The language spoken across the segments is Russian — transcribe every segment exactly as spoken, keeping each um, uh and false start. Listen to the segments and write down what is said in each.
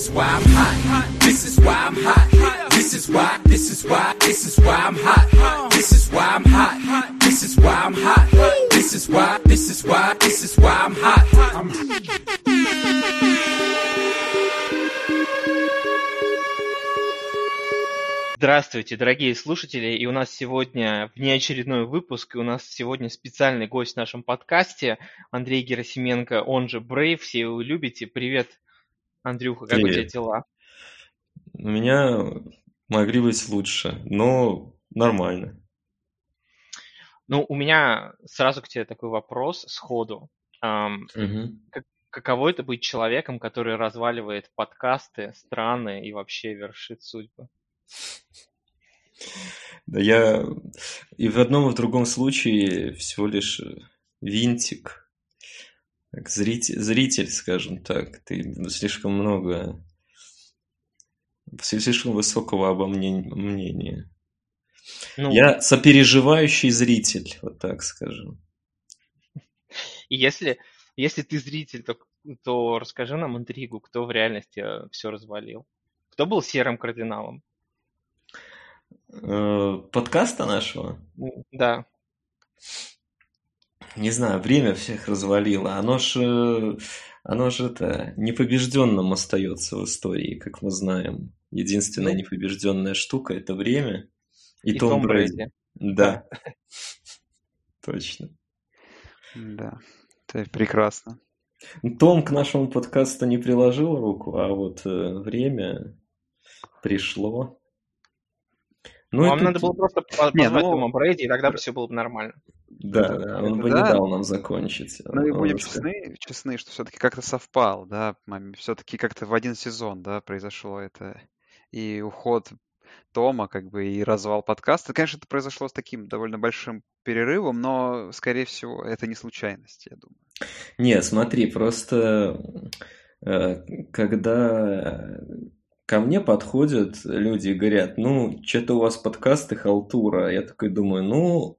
why I'm hot. This is why I'm hot. This is why, this is why, this is why I'm hot. This is why I'm hot. This is why I'm hot. This is why, this is why, this is why I'm hot. I'm Здравствуйте, дорогие слушатели, и у нас сегодня внеочередной выпуск, и у нас сегодня специальный гость в нашем подкасте, Андрей Герасименко, он же Brave, все его любите. Привет, Андрюха, как Привет. у тебя дела? У меня могли быть лучше, но нормально. Ну, у меня сразу к тебе такой вопрос сходу. Ам, Угу. как- каково это быть человеком, который разваливает подкасты, страны и вообще вершит судьбы? Да я и в одном, и в другом случае всего лишь винтик, как зритель, зритель, скажем так. Ты слишком много, слишком высокого обо мне мнения. Ну, Я сопереживающий зритель, вот так скажем. и если, если ты зритель, то, то расскажи нам интригу, кто в реальности все развалил. Кто был серым кардиналом? Э, Подкаста нашего, М, Да. не знаю, время всех развалило. Оно ж, оно ж это, непобежденным остается в истории, как мы знаем. Единственная Ну, непобежденная штука – это время и и Том Том Брэди. Брэди. Да, Да. точно. Да, это прекрасно. Том к нашему подкасту не приложил руку, а вот э, время пришло. Ну и Вам надо тут, было просто по- Не, позвать ну, Тома Брэди, и тогда бы все было бы нормально. да, да, он это бы не да. дал нам закончить. Ну и Он будем бы сказал- честны, честны, что все-таки как-то совпал, да, все-таки как-то в один сезон, да, произошло это. И уход Тома, как бы, и развал подкаста. Конечно, это произошло с таким довольно большим перерывом, но, скорее всего, это не случайность, я думаю. Не, смотри, просто э, когда ко мне подходят люди и говорят, ну, что-то у вас подкасты халтура, я такой думаю, ну,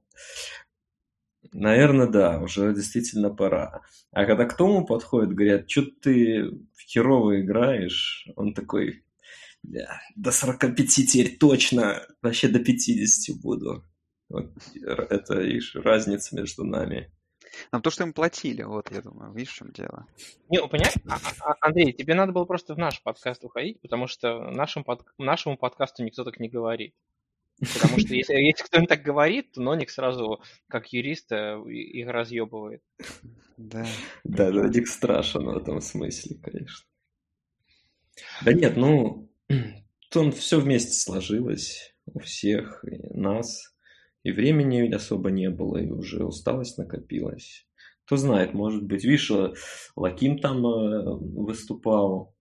наверное, да, уже действительно пора. А когда к Тому подходят, говорят, что ты херово играешь, он такой, «Да, до сорока пяти теперь точно, вообще до пятидесяти буду. Вот это и разница между нами. Нам то, что им платили, вот, я думаю, видишь, в чем дело. Не, ну, понимаешь, А- а- Андрей, тебе надо было просто в наш подкаст уходить, потому что нашим под- нашему подкасту никто так не говорит. Потому что если, если кто-нибудь так говорит, то Ноник сразу, как юрист, э, и- их разъебывает. Да, Да, да, Дик страшен в этом смысле, конечно. Да нет, ну, тут все вместе сложилось у всех, и нас, и времени особо не было, и уже усталость накопилась. Кто знает, может быть, видишь, Лаким там э, выступал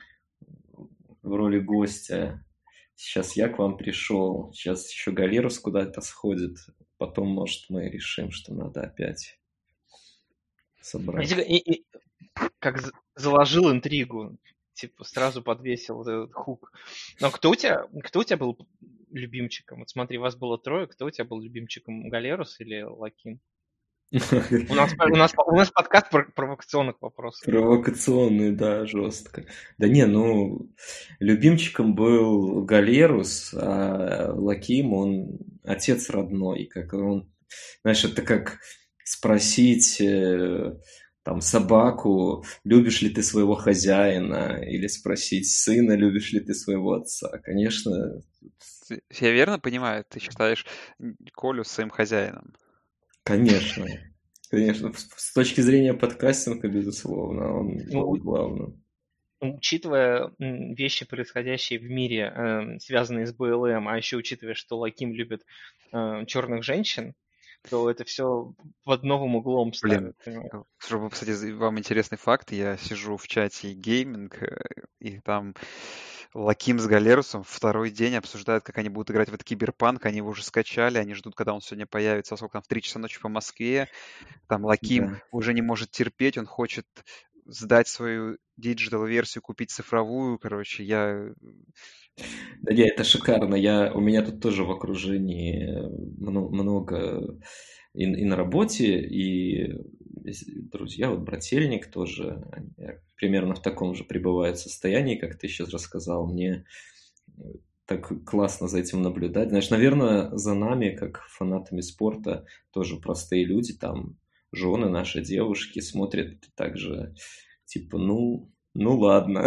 в роли гостя. Сейчас я к вам пришел, сейчас еще Галерус куда-то сходит. Потом, может, мы решим, что надо опять собрать. И, и- и как з- заложил интригу, типа сразу подвесил вот этот хук. Но кто у тебя, кто у тебя был любимчиком? Вот смотри, вас было трое, кто у тебя был любимчиком, Галерус или Лаким? У нас, у нас, у нас подкаст про провокационных вопросов. Провокационный, да, жестко. Да не, ну, любимчиком был Галерус, а Лаким, он отец родной. Как он, знаешь, это как спросить э, там собаку, любишь ли ты своего хозяина, или спросить сына, любишь ли ты своего отца. Конечно, Ты- я верно понимаю, ты считаешь м, Колю своим хозяином? конечно, конечно. С с точки зрения подкастинга, безусловно, он Ну, был главным. Учитывая м, вещи, происходящие в мире, э, связанные с БЛМ, а еще учитывая, что Лаким любит э, черных женщин, то это все под новым углом Блин, ставит, понимаешь? э, чтобы, кстати, за- вам интересный факт, я сижу в чате гейминг, э, и там Лаким с Галерусом второй день обсуждают, как они будут играть в этот киберпанк, они его уже скачали, они ждут, когда он сегодня появится, сколько там, в три часа ночи по Москве, там Лаким Да. уже не может терпеть, он хочет сдать свою диджитал-версию, купить цифровую, короче, я... Да не, это шикарно. Я, у меня тут тоже в окружении мно- много и, и на работе, и друзья, вот брательник тоже примерно в таком же пребывает состоянии, как ты сейчас рассказал. Мне так классно за этим наблюдать. Знаешь, наверное, за нами, как фанатами спорта, тоже простые люди, там, жены наши, девушки, смотрят также, типа, ну, ну ладно,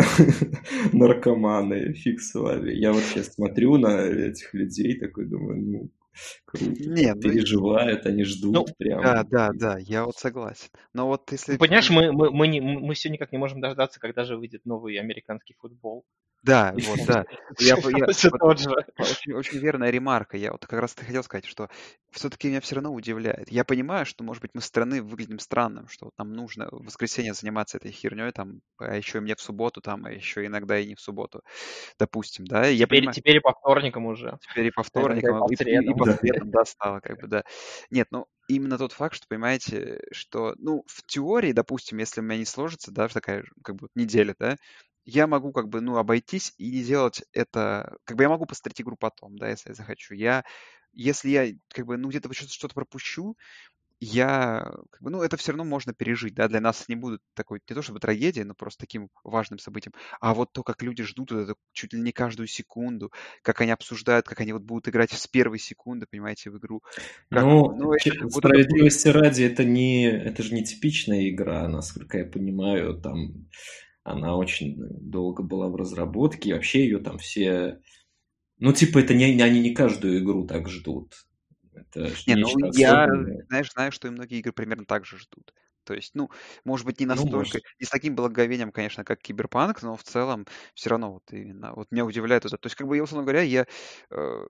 наркоманы, фиг с вами. Я вот сейчас смотрю на этих людей, такой думаю, ну, круто, Не, ну, переживают, они ждут Ну, прям. да, да, да, я вот согласен. Но вот если... Ну, понимаешь, мы, мы, мы, не, мы все никак не можем дождаться, когда же выйдет новый американский футбол. Да, вот, да. Я, по- я, Все вот тот же. очень, очень верная ремарка. Я вот как раз хотел сказать, что все-таки меня все равно удивляет. Я понимаю, что, может быть, мы со стороны выглядим странным, что вот нам нужно в воскресенье заниматься этой херней, там, а еще и мне в субботу, там, а еще иногда и не в субботу, допустим, да. И я Теперь, понимаю, теперь и по вторникам уже. теперь и по А иногда и вторникам, по и, и- и средам. по Да. средам, да, стало, как бы, да. Нет, ну, именно тот факт, что, понимаете, что, ну, в теории, допустим, если у меня не сложится, да, такая, же, как бы, неделя, да, я могу, как бы, ну, обойтись и не делать это, как бы, я могу посмотреть игру потом, да, если я захочу. Я, если я, как бы, ну, где-то что-то что-то пропущу, я, как бы, ну, это все равно можно пережить, да, для нас не будет такой, не то чтобы трагедия, но просто таким важным событием. А вот то, как люди ждут вот это чуть ли не каждую секунду, как они обсуждают, как они вот будут играть с первой секунды, понимаете, в игру. Как, Ну, ну, это, че- вот это будет... справедливости ради, это не, это же не типичная игра, насколько я понимаю, там она очень долго была в разработке, и вообще ее там все, ну, типа, это не, они не каждую игру так ждут, это ж Не, ну, нечто я, особенное. знаешь, знаю, что и многие игры примерно так же ждут. То есть, ну, может быть, не Ну, настолько, может. не с таким благоговением, конечно, как Киберпанк, но в целом все равно вот именно, вот меня удивляет это. То есть, как бы, я, условно говоря, я э,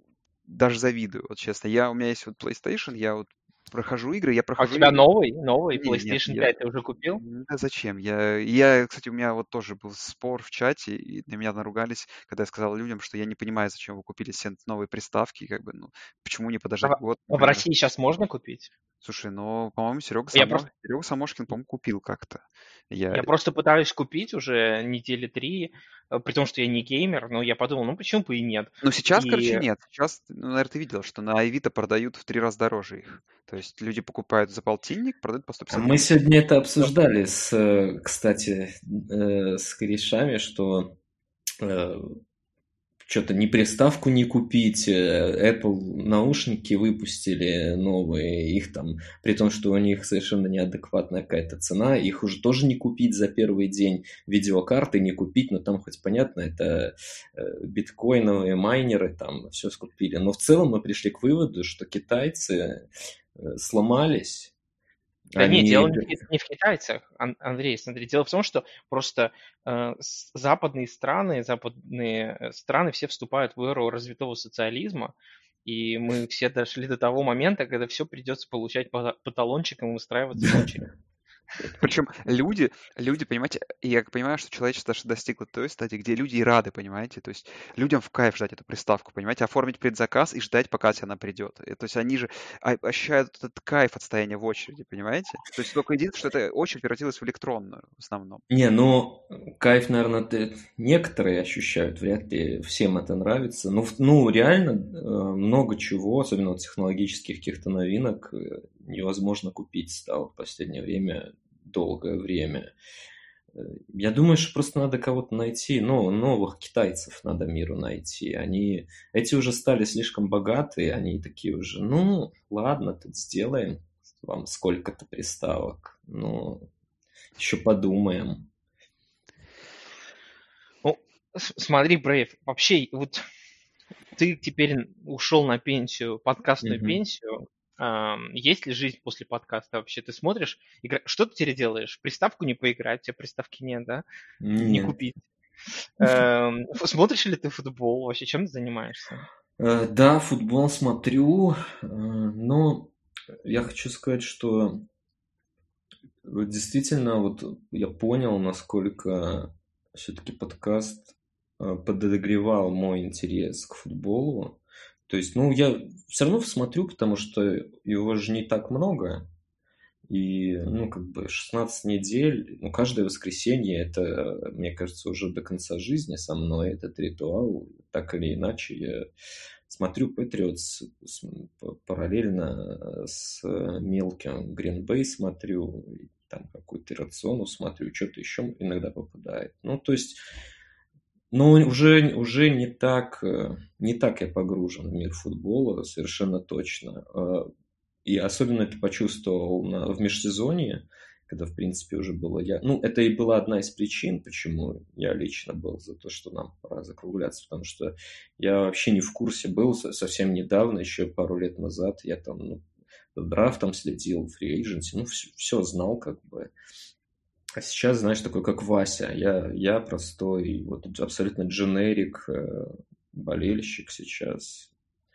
даже завидую, вот честно. Я, у меня есть вот PlayStation, я вот прохожу игры, я А у прохожу тебя игры. новый, новый Не, нет, PlayStation я... пять ты уже купил? м, Да зачем? Я, я, кстати, у меня вот тоже был спор в чате, и на меня наругались, когда я сказал людям, что я не понимаю, зачем вы купили все новые приставки, как бы, ну, почему не А подождать в год, а в например. России сейчас можно купить? Слушай, ну, по-моему, Серега Я Само... просто, Серега Самошкин, по-моему, купил как-то. Я... я просто пытаюсь купить уже недели три, э, при том, что я не геймер, но я подумал, ну почему бы и нет. Ну, сейчас, короче, И нет. Сейчас, ну, наверное, ты видел, что на Авито продают в три раза дороже их. То есть люди покупают за полтинник, продают по сто А пятьдесят мы рублей. сегодня это обсуждали, с, э, кстати, э, с корешами, что э, что-то ни приставку не купить, э, Apple наушники выпустили новые, их там, при том, что у них совершенно неадекватная какая-то цена, их уже тоже не купить за первый день, видеокарты не купить, но там хоть понятно, это э, биткоиновые майнеры, там все скупили. Но в целом мы пришли к выводу, что китайцы э, сломались. да нет, Они, дело не в, ки- не в китайцах, Ан- Андрей, смотри, дело в том, что просто э, с- западные страны, западные э, страны все вступают в эру развитого социализма, и мы все дошли до того момента, когда все придется получать по, по талончикам и выстраиваться в очередь. Причем люди, люди, понимаете, я понимаю, что человечество даже достигло той стадии, где люди и рады, понимаете, то есть людям в кайф ждать эту приставку, понимаете, оформить предзаказ и ждать, пока она придет. И, то есть они же а- ощущают этот кайф от стояния в очереди, понимаете? То есть только единственное, что эта очередь превратилась в электронную в основном. Не, ну, кайф, наверное, ты- некоторые ощущают, вряд ли всем это нравится. Ну, в- ну реально, э, много чего, особенно вот технологических каких-то новинок, э, невозможно купить стало в последнее время, долгое время. Э, Я думаю, что просто надо кого-то найти, ну, новых китайцев надо миру найти. Они, эти уже стали слишком богатые, они такие уже, ну, ладно, тут сделаем вам сколько-то приставок, ну, еще подумаем. Ну, с- смотри, Брейв, вообще, вот ты теперь ушел на пенсию, подкастную Мгм. пенсию. Ам, есть ли жизнь после подкаста вообще? Ты смотришь, игра... что ты теперь делаешь? Приставку не поиграть, у тебя приставки нет, да? Не Нет. купить. Эм, ф- Смотришь ли ты футбол? Вообще, чем ты занимаешься? Э, Да, футбол смотрю, э, но я хочу сказать, что вот действительно вот я понял, насколько все-таки подкаст э, подогревал мой интерес к футболу. То есть, ну, я все равно смотрю, потому что его же не так много. И, ну, как бы шестнадцать недель, ну, каждое воскресенье, это, мне кажется, уже до конца жизни со мной этот ритуал. Так или иначе, я смотрю Patriots параллельно с мелким Green Bay смотрю, там какую-то рациону смотрю, что-то еще иногда попадает. Ну, то есть, ну, уже, уже не так, не так я погружен в мир футбола, совершенно точно. И особенно это почувствовал на, в межсезонье, когда, в принципе, уже было я... Ну, это и была одна из причин, почему я лично был за то, что нам пора закругляться, потому что я вообще не в курсе был совсем недавно, еще пару лет назад, я там, ну, драфтом следил, фри эйдженси, ну, все, все знал как бы. А сейчас, знаешь, такой, как Вася, я, я простой, вот абсолютно дженерик, болельщик сейчас.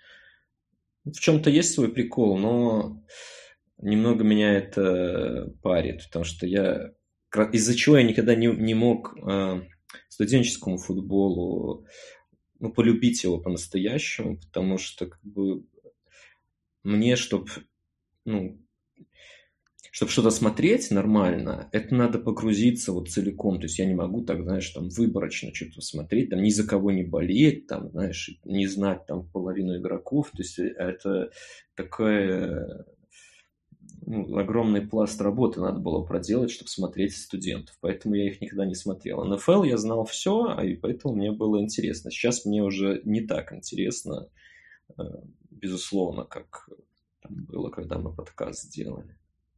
В чем-то есть свой прикол, но немного меня это парит, потому что я... Из-за чего я никогда не, не мог э, студенческому футболу, ну, полюбить его по-настоящему, потому что как бы мне, чтобы ну, чтобы что-то смотреть нормально, это надо погрузиться вот целиком. То есть я не могу так, знаешь, там выборочно что-то смотреть, там ни за кого не болеть, там, знаешь, не знать там половину игроков. То есть это такой ну, огромный пласт работы надо было проделать, чтобы смотреть студентов. Поэтому я их никогда не смотрел. эн эф эл я знал все, и поэтому мне было интересно. Сейчас мне уже не так интересно, безусловно, как там было, когда мы подкаст делали.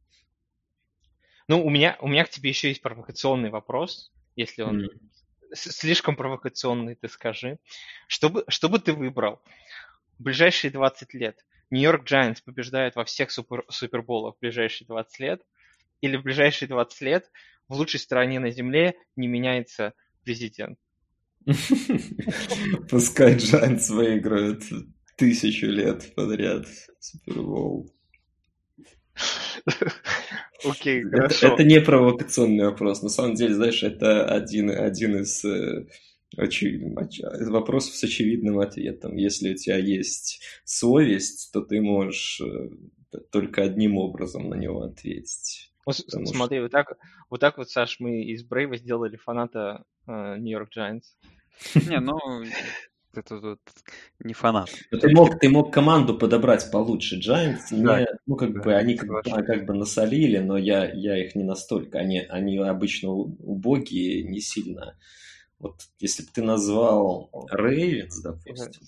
Ну, у меня, у меня к тебе еще есть провокационный вопрос. Если он mm. слишком провокационный, ты скажи. Что бы, что бы ты выбрал в ближайшие двадцать лет? Нью-Йорк Giants побеждают во всех супер, суперболах в ближайшие двадцать лет? Или в ближайшие двадцать лет в лучшей стране на Земле не меняется президент? Пускай Giants выиграют тысячу лет подряд супербол. Окей, okay, это, это не провокационный вопрос. На самом деле, знаешь, это один, один из э, очи, оч, вопросов с очевидным ответом. Если у тебя есть совесть, то ты можешь э, только одним образом на него ответить. Вот, смотри, что... вот, так, вот так вот, Саш, мы из Брейва сделали фаната Нью-Йорк э, Giants. Не, ну... Это тут не фанат. Ты мог, ты мог команду подобрать получше. Giants, да, не, ну, как да, бы, они как, как бы насолили, но я, я их не настолько. Они, они обычно убогие, не сильно. Вот если бы ты назвал Ravens, допустим,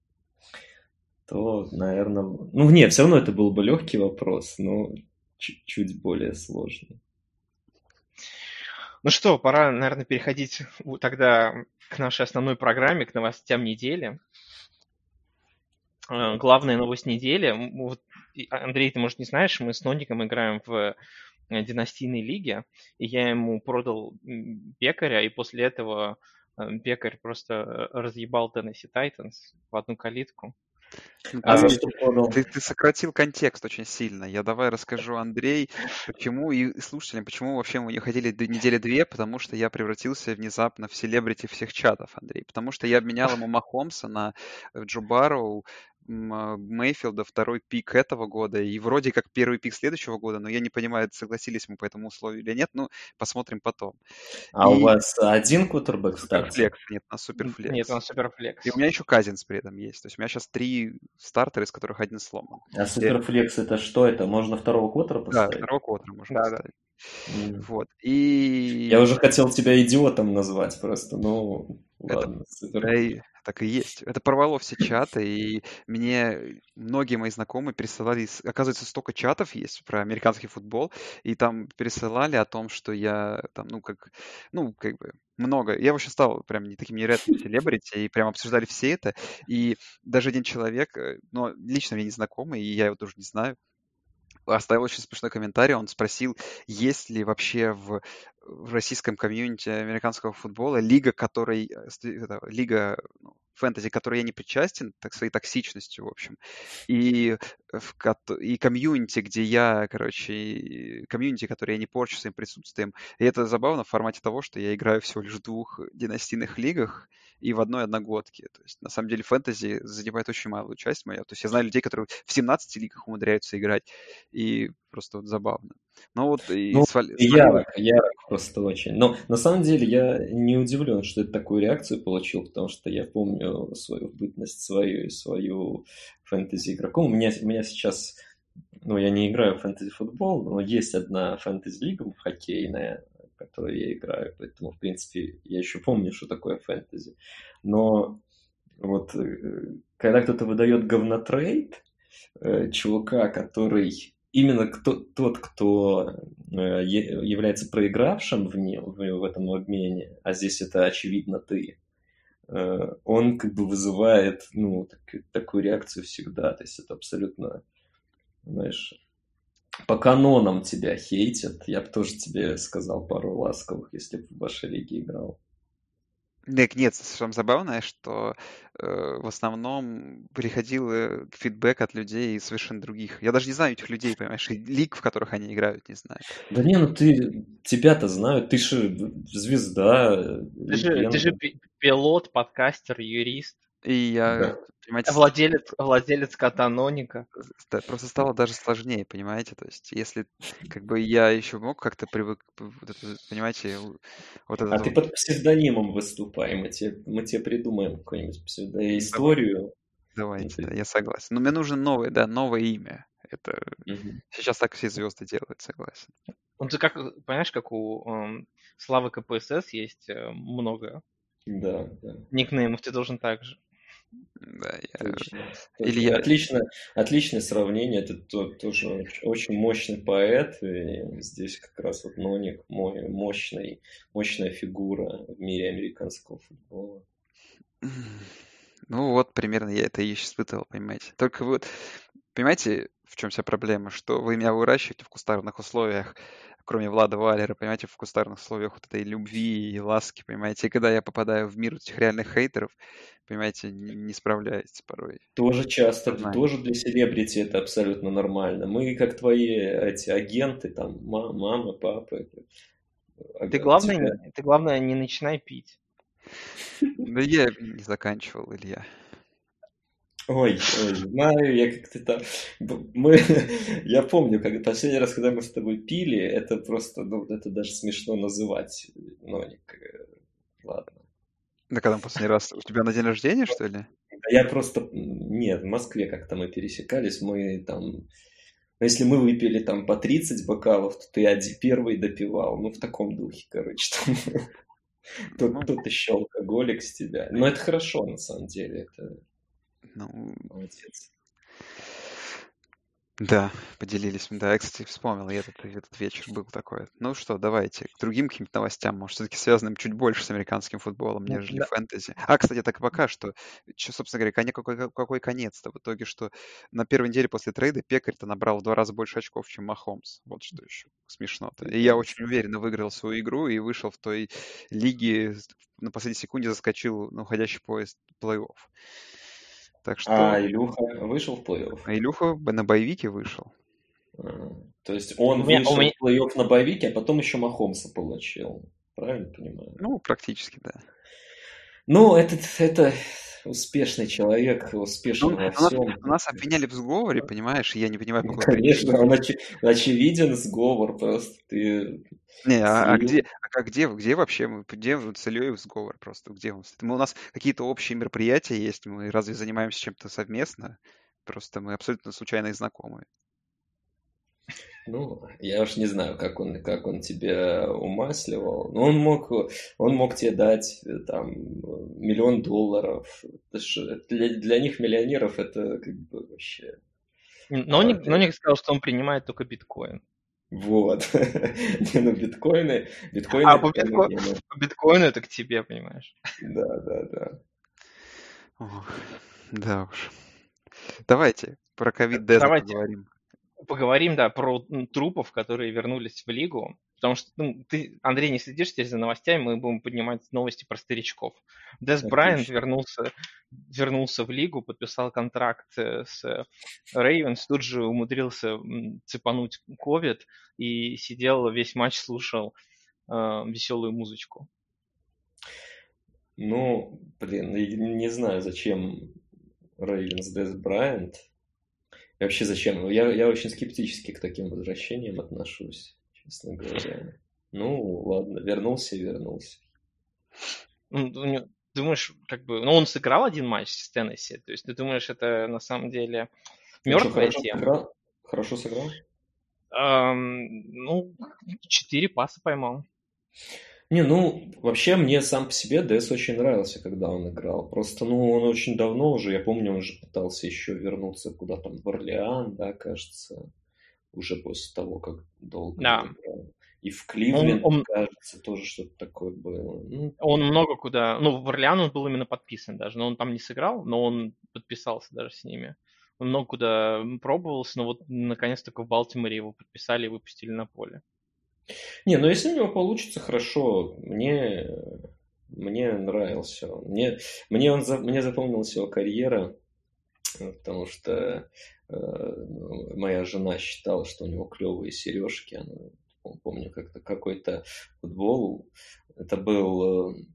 то, наверное... Ну, нет, все равно это был бы легкий вопрос, но чуть-чуть более сложный. Ну что, пора, наверное, переходить тогда к нашей основной программе, к новостям недели. Главная новость недели. Вот, Андрей, ты, может, не знаешь, мы с Ноником играем в династийной лиге, и я ему продал пекаря, и после этого пекарь просто разъебал Tennessee Titans в одну калитку. А ты, ты, ты сократил контекст очень сильно. Я давай расскажу, Андрей, почему и слушателям, почему вообще мы не ходили недели две, потому что я превратился внезапно в селебрити всех чатов, Андрей. Потому что я обменял ему Махомса на Джо Барроу, Мейфилда, второй пик этого года, и вроде как первый пик следующего года, но я не понимаю, согласились мы по этому условию или нет, ну, посмотрим потом. А и... у вас один квотербэк стартер? Суперфлекс, нет, на суперфлекс. Нет, на суперфлекс. И у меня еще Казинс при этом есть, то есть у меня сейчас три стартера, из которых один сломан. А суперфлекс это что? Это можно второго квотера поставить? Да, второго квотера можно да, поставить. Да. Вот, и... Я уже хотел тебя идиотом назвать просто, ну, ладно. Это... Да, и... Так и есть. Это порвало все чаты, и мне многие мои знакомые пересылали, оказывается, столько чатов есть про американский футбол, и там пересылали о том, что я там, ну, как, ну, как бы много. Я вообще стал прям не таким невероятным селебрити, и прям обсуждали все это, и даже один человек, но лично мне не знакомый, и я его тоже не знаю, оставил очень смешной комментарий. Он спросил, есть ли вообще в, в российском комьюнити американского футбола лига, которой, это, лига ну, фэнтези, которой я не причастен, так своей токсичностью, в общем, и, в, и комьюнити, где я, короче, комьюнити, которое я не порчу своим присутствием. И это забавно в формате того, что я играю всего лишь в двух династийных лигах и в одной одногодке. То есть, на самом деле, фэнтези занимает очень малую часть моя. То есть, я знаю людей, которые в семнадцати лигах умудряются играть. И просто вот забавно. Ну вот и Ну, свали- ярок, свалилось. ярок просто очень. Но на самом деле я не удивлен, что ты такую реакцию получил, потому что я помню свою бытность свою и свою фэнтези игроком. У меня, у меня сейчас, ну, я не играю в фэнтези-футбол, но есть одна фэнтези-лига хоккейная, в которой я играю, поэтому, в принципе, я еще помню, что такое фэнтези. Но вот э, когда кто-то выдает говнотрейд, э, чувака, который именно кто, тот, кто э, е- является проигравшим в, не, в, в этом обмене, а здесь это очевидно ты, э, он как бы вызывает, ну, так- такую реакцию всегда. То есть это абсолютно, знаешь, по канонам тебя хейтят. Я бы тоже тебе сказал пару ласковых, если бы в вашей лиге играл. Так нет, самое забавное, что э, в основном приходил э, фидбэк от людей из совершенно других. Я даже не знаю этих людей, понимаешь, и лиг, в которых они играют, не знаю. Да не, ну ты, тебя-то знают, ты же звезда, Ты же, ты же легенда. пи- пилот, подкастер, юрист, И я, Да. понимаете, с- владелец, владелец Катаноника. ста- просто стало даже сложнее, понимаете, то есть если как бы я еще мог как-то привык, п- вот это, понимаете, у- вот А этот ты вот, под псевдонимом выступай, мы тебе, мы тебе придумаем какую-нибудь псевдо... давай, историю. давайте, да, например. я согласен. Но мне нужно новое, да, новое имя. Это Мгм. сейчас так все звезды делают, согласен. Ну, ты как, понимаешь, как у эм, Славы КПСС есть э, много Да, да, никнеймов, ты должен так же. Да, я... точно. Или точно. я... Отлично, отличное сравнение. Это то- тоже очень, очень мощный поэт. И здесь как раз вот Ноник, мой мощный, мощная фигура в мире американского футбола. Ну вот, примерно я это и испытывал, понимаете. Только вот, понимаете, в чем вся проблема? Что вы меня выращиваете в кустарных условиях, кроме Влада Валера, понимаете, в кустарных условиях вот этой любви и ласки, понимаете. И когда я попадаю в мир этих реальных хейтеров, понимаете, н- не справляется порой Тоже часто, сознание. тоже для селебрити это абсолютно нормально. Мы как твои эти агенты, там, ма- мамы, папы. А- Ты а у тебя... главное, ты главное не начинай пить. Да я не заканчивал, Илья. Ой, ой, знаю, я как-то там... б- Мы... Я помню, как последний раз, когда мы с тобой пили, это просто, ну, это даже смешно называть, Ноник. э, Ладно. Да когда мы последний раз... У тебя на день рождения, что ли? А я просто... м, Нет, в Москве как-то мы пересекались, мы там... ну, если мы выпили там по тридцать бокалов, то ты один, первый допивал. Ну, в таком духе, короче. Там Тот, Ну, тот еще алкоголик с тебя. Но это хорошо, на самом деле. Это ну, молодец. да, поделились. Да, я, кстати, вспомнил, и этот, и этот вечер был такой. Ну что, давайте к другим каким-то новостям, может, все-таки связанным чуть больше с американским футболом, М, нежели да. фэнтези. А, кстати, так пока что, чё, собственно говоря, коне- какой, какой конец-то в итоге, что на первой неделе после трейда Пекарь-то набрал в два раза больше очков, чем Махомс. Вот что еще смешно-то. И я очень уверенно выиграл свою игру и вышел в той лиге, с- на последней секунде заскочил на уходящий поезд плей-офф. Так А что Илюха вышел в плей-офф? а Илюха б- на боевике вышел. А, То есть У он меня, у вышел меня, в плей-офф на боевике, а потом еще Махомса получил. Правильно понимаю? Ну, практически, да. Ну, этот, это успешный человек, успешен Ну, во у нас, всем. у нас обвиняли в сговоре, понимаешь, и я не понимаю, по Ну, какой конечно, причине. он очи- очевиден сговор, просто ты Не, а, а слил. где, а где, где вообще мы, где вот с Ильей сговор просто, где он? Мы, у нас какие-то общие мероприятия есть, мы разве занимаемся чем-то совместно? Просто мы абсолютно случайные знакомые. Ну, я уж не знаю, как он, как он тебя умасливал. Но он мог, он мог тебе дать э, там миллион долларов. Это ж- для, для них, миллионеров, это как бы вообще... но а, Ник, но для- Ник сказал, что он принимает только биткоин. Вот. Не, ну биткоины, биткоины А это по, прям битко- отдельно. по биткоину это к тебе, понимаешь? Да, да, да. Ох, да уж. Давайте про ковид Деза Давайте поговорим. поговорим, да, про м, трупов, которые вернулись в лигу. Потому что ну, ты, Андрей, не следишь теперь за новостями, мы будем поднимать новости про старичков. Дес Брайант Отлично. вернулся, вернулся в лигу, подписал контракт э, с Рейвенс, тут же умудрился м, цепануть ковид и сидел весь матч, слушал э, веселую музычку. Ну, блин, я не знаю, зачем Рейвенс Дес Брайант. И вообще зачем? Я, я очень скептически к таким возвращениям отношусь, честно говоря. Ну, ладно, вернулся и вернулся. Ну, у него- Думаешь, как бы, ну, он сыграл один матч с Теннесси, то есть ты думаешь, это на самом деле Ну что, мертвая хорошо тема? сыграл? Хорошо сыграл? Ам, ну, четыре паса поймал. Не, ну, вообще мне сам по себе Дэс очень нравился, когда он играл. Просто, ну, он очень давно уже, я помню, он же пытался еще вернуться куда-то в Орлеан, да, кажется, уже после того, как долго Да. не играл. И в Он, Кливленд, он, кажется, тоже что-то такое было. Ну, он много куда... Ну, в Орлеан он был именно подписан даже, но он там не сыграл, но он подписался даже с ними. Он много куда пробовался, но вот наконец только в Балтиморе его подписали и выпустили на поле. не, ну если у него получится, хорошо. Мне, мне нравился он. Мне, мне, он за- мне запомнилась его карьера, э, потому что э, ну, моя жена считала, что у него клевые сережки. Она, пом- помню, как-то какой-то футбол. Это был э,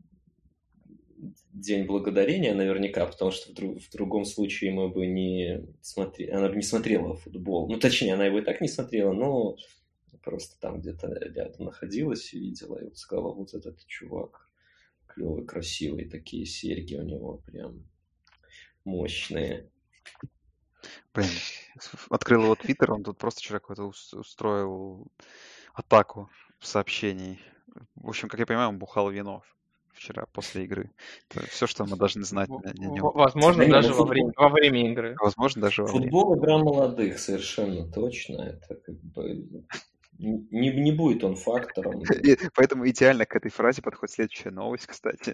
День благодарения наверняка, потому что в, друг- в другом случае мы бы не смотрели, она бы не смотрела футбол. Ну, точнее, она его и так не смотрела, но просто там где-то рядом находилась и видела, и вот сказала, вот этот чувак клевый, красивый, такие серьги у него прям мощные. Блин, с- открыл его твиттер, он тут просто вчера какой-то ус- устроил атаку сообщений. В общем, как я понимаю, он бухал вино вчера после игры. Это все, что мы должны знать В- о о в- нем. Возможно, Да не, ну даже во время, футбол, во время игры. Возможно, даже во время. футбол игра молодых, совершенно точно. Это как бы не, не будет он фактором. И поэтому идеально к этой фразе подходит следующая новость, кстати.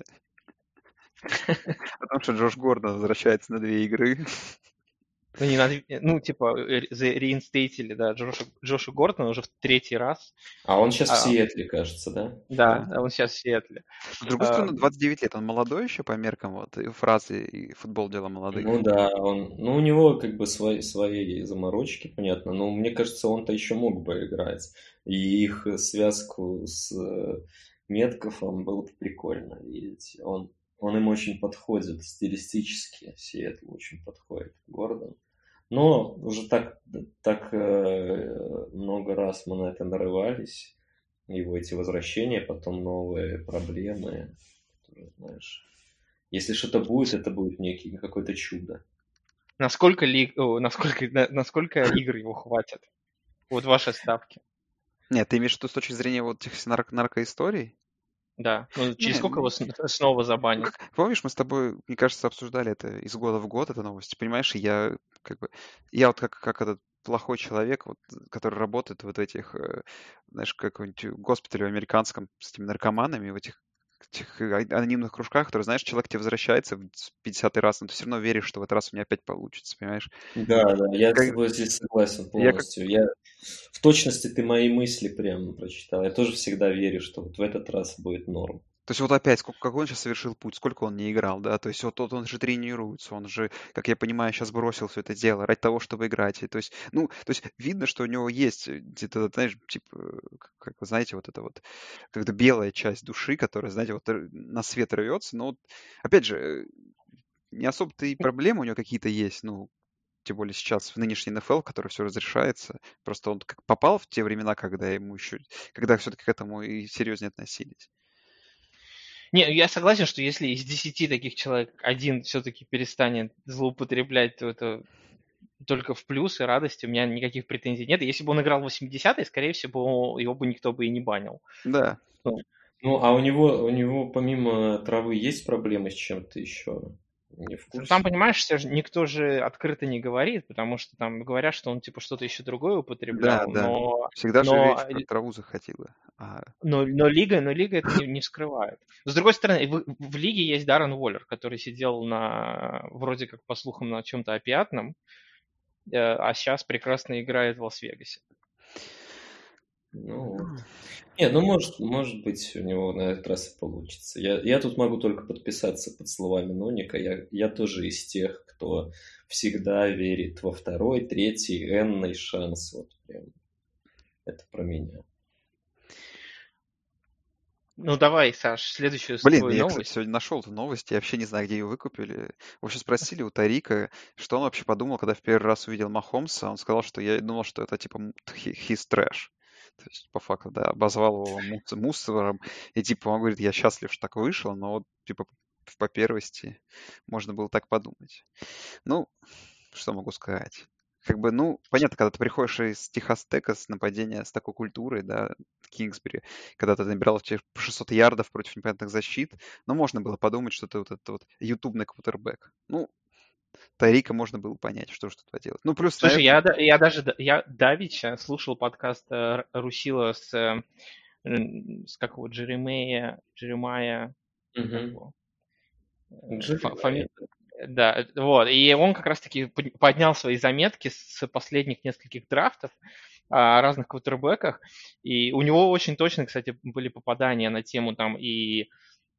О том, что Джош Гордон возвращается на две игры. Ну, не надо, ну, типа, ре- реинстейтили, да, Джоша, Джоша Гордона уже в третий раз. А он сейчас в А, Сиэтле, кажется, да? да, Да. он сейчас в Сиэтле. С другой А, стороны, двадцать девять лет, он молодой еще по меркам вот, и фразы и футбол дело молодых. Ну да, он, ну у него как бы свои, свои заморочки, понятно, но мне кажется, он-то еще мог бы играть. И их связку с э, Меткофом было бы прикольно видеть. Он, он им очень подходит стилистически, Сиэтл очень подходит, Гордон. Но уже так, так э, много раз мы на это нарывались, его эти возвращения, потом новые проблемы, которые, знаешь... Если что-то будет, это будет некий какое-то чудо. насколько, лиг, о, насколько, на- насколько игр его хватит? Вот ваши ставки. Нет, ты имеешь в виду с точки зрения вот этих все нарко- наркоисторий? Да. Ну, через Не, сколько его н- с- снова ну забанят? как, помнишь, мы с тобой, мне кажется, обсуждали это из года в год, эта новость, понимаешь, и я как бы, я вот как, как этот плохой человек, вот, который работает вот в этих, э, знаешь, какой-нибудь госпитале американском с этими наркоманами, в этих, этих а- анонимных кружках, которые, знаешь, человек тебе возвращается в пятидесятый раз, но ты все равно веришь, что в этот раз у меня опять получится, понимаешь? Да, да, я с Как- тобой здесь согласен я как полностью. Я в точности ты мои мысли прямо прочитал. Я тоже всегда верю, что вот в этот раз будет норм. То есть вот опять, сколько, какой он сейчас совершил путь, сколько он не играл, да, то есть вот тот он же тренируется, он же, как я понимаю, сейчас бросил все это дело ради того, чтобы играть, и то есть, ну, то есть видно, что у него есть э, где-то, знаешь, типа, э, как, как вы знаете, вот это вот, как-то белая часть души, которая, знаете, вот р- на свет рвется, но вот, опять же, э, не особо-то и проблемы у него какие-то есть, ну, тем более сейчас в нынешней эн эф эл, в которой все разрешается, просто он как попал в те времена, когда ему еще, когда все-таки к этому и серьезнее относились. Не, я согласен, что если из десяти таких человек один все-таки перестанет злоупотреблять, то это только в плюс и радости. У меня никаких претензий нет. И если бы он играл в восьмидесятые, скорее всего, его бы никто бы и не банил. Да. Ну, Ну, а у него, у него помимо травы есть проблемы с чем-то еще? Не в Там, курсе? понимаешь, всё же никто же открыто не говорит, потому что там говорят, что он типа что-то еще другое Да, употреблял, да. но, Всегда же но, речь про траву заходила. А, но, но лига, но лига это не, не скрывает. С другой стороны, в, в лиге есть Даррен Уоллер, который сидел на, вроде как по слухам, на чем-то опиатном, э, а сейчас прекрасно играет в Лас-Вегасе. Ну вот. Не, ну может, может быть, у него на этот раз и получится. Я, я тут могу только подписаться под словами Ноника. Я, я тоже из тех, кто всегда верит во второй, третий, энный шанс. Вот прям. Это про меня. Ну давай, Саш, следующую Блин, твою я, кстати, новость. сегодня нашел эту новость, я вообще не знаю, где ее выкупили. В общем, спросили у Тарика, что он вообще подумал, когда в первый раз увидел Махомса. Он сказал, что я думал, что это типа м, he- he's trash. То есть, по факту, да, обозвал его мус- мусором. И типа он говорит, я счастлив, что так вышло, но вот типа по первости можно было так подумать. Ну, что могу сказать? Как бы, ну, понятно, когда ты приходишь из Техас Тека с нападения с такой культурой, да, Кингсбери, когда ты набирал те по шестьсот ярдов против непонятных защит, ну, можно было подумать, что ты вот этот вот ютубный квотербек. Ну, Тарика можно было понять, что же тут поделать. Ну, плюс, Слушай, наверное, я, да- я даже д- я давеча слушал подкаст э, Р- Русила с, э, м, с как его, Джеремея, Джеремая, как Мгм. его, э, Джерри фа- Майер. фами- да, э, вот, и он как раз-таки под- поднял свои заметки с последних нескольких драфтов о разных квотербеках, и у него очень точно, кстати, были попадания на тему там и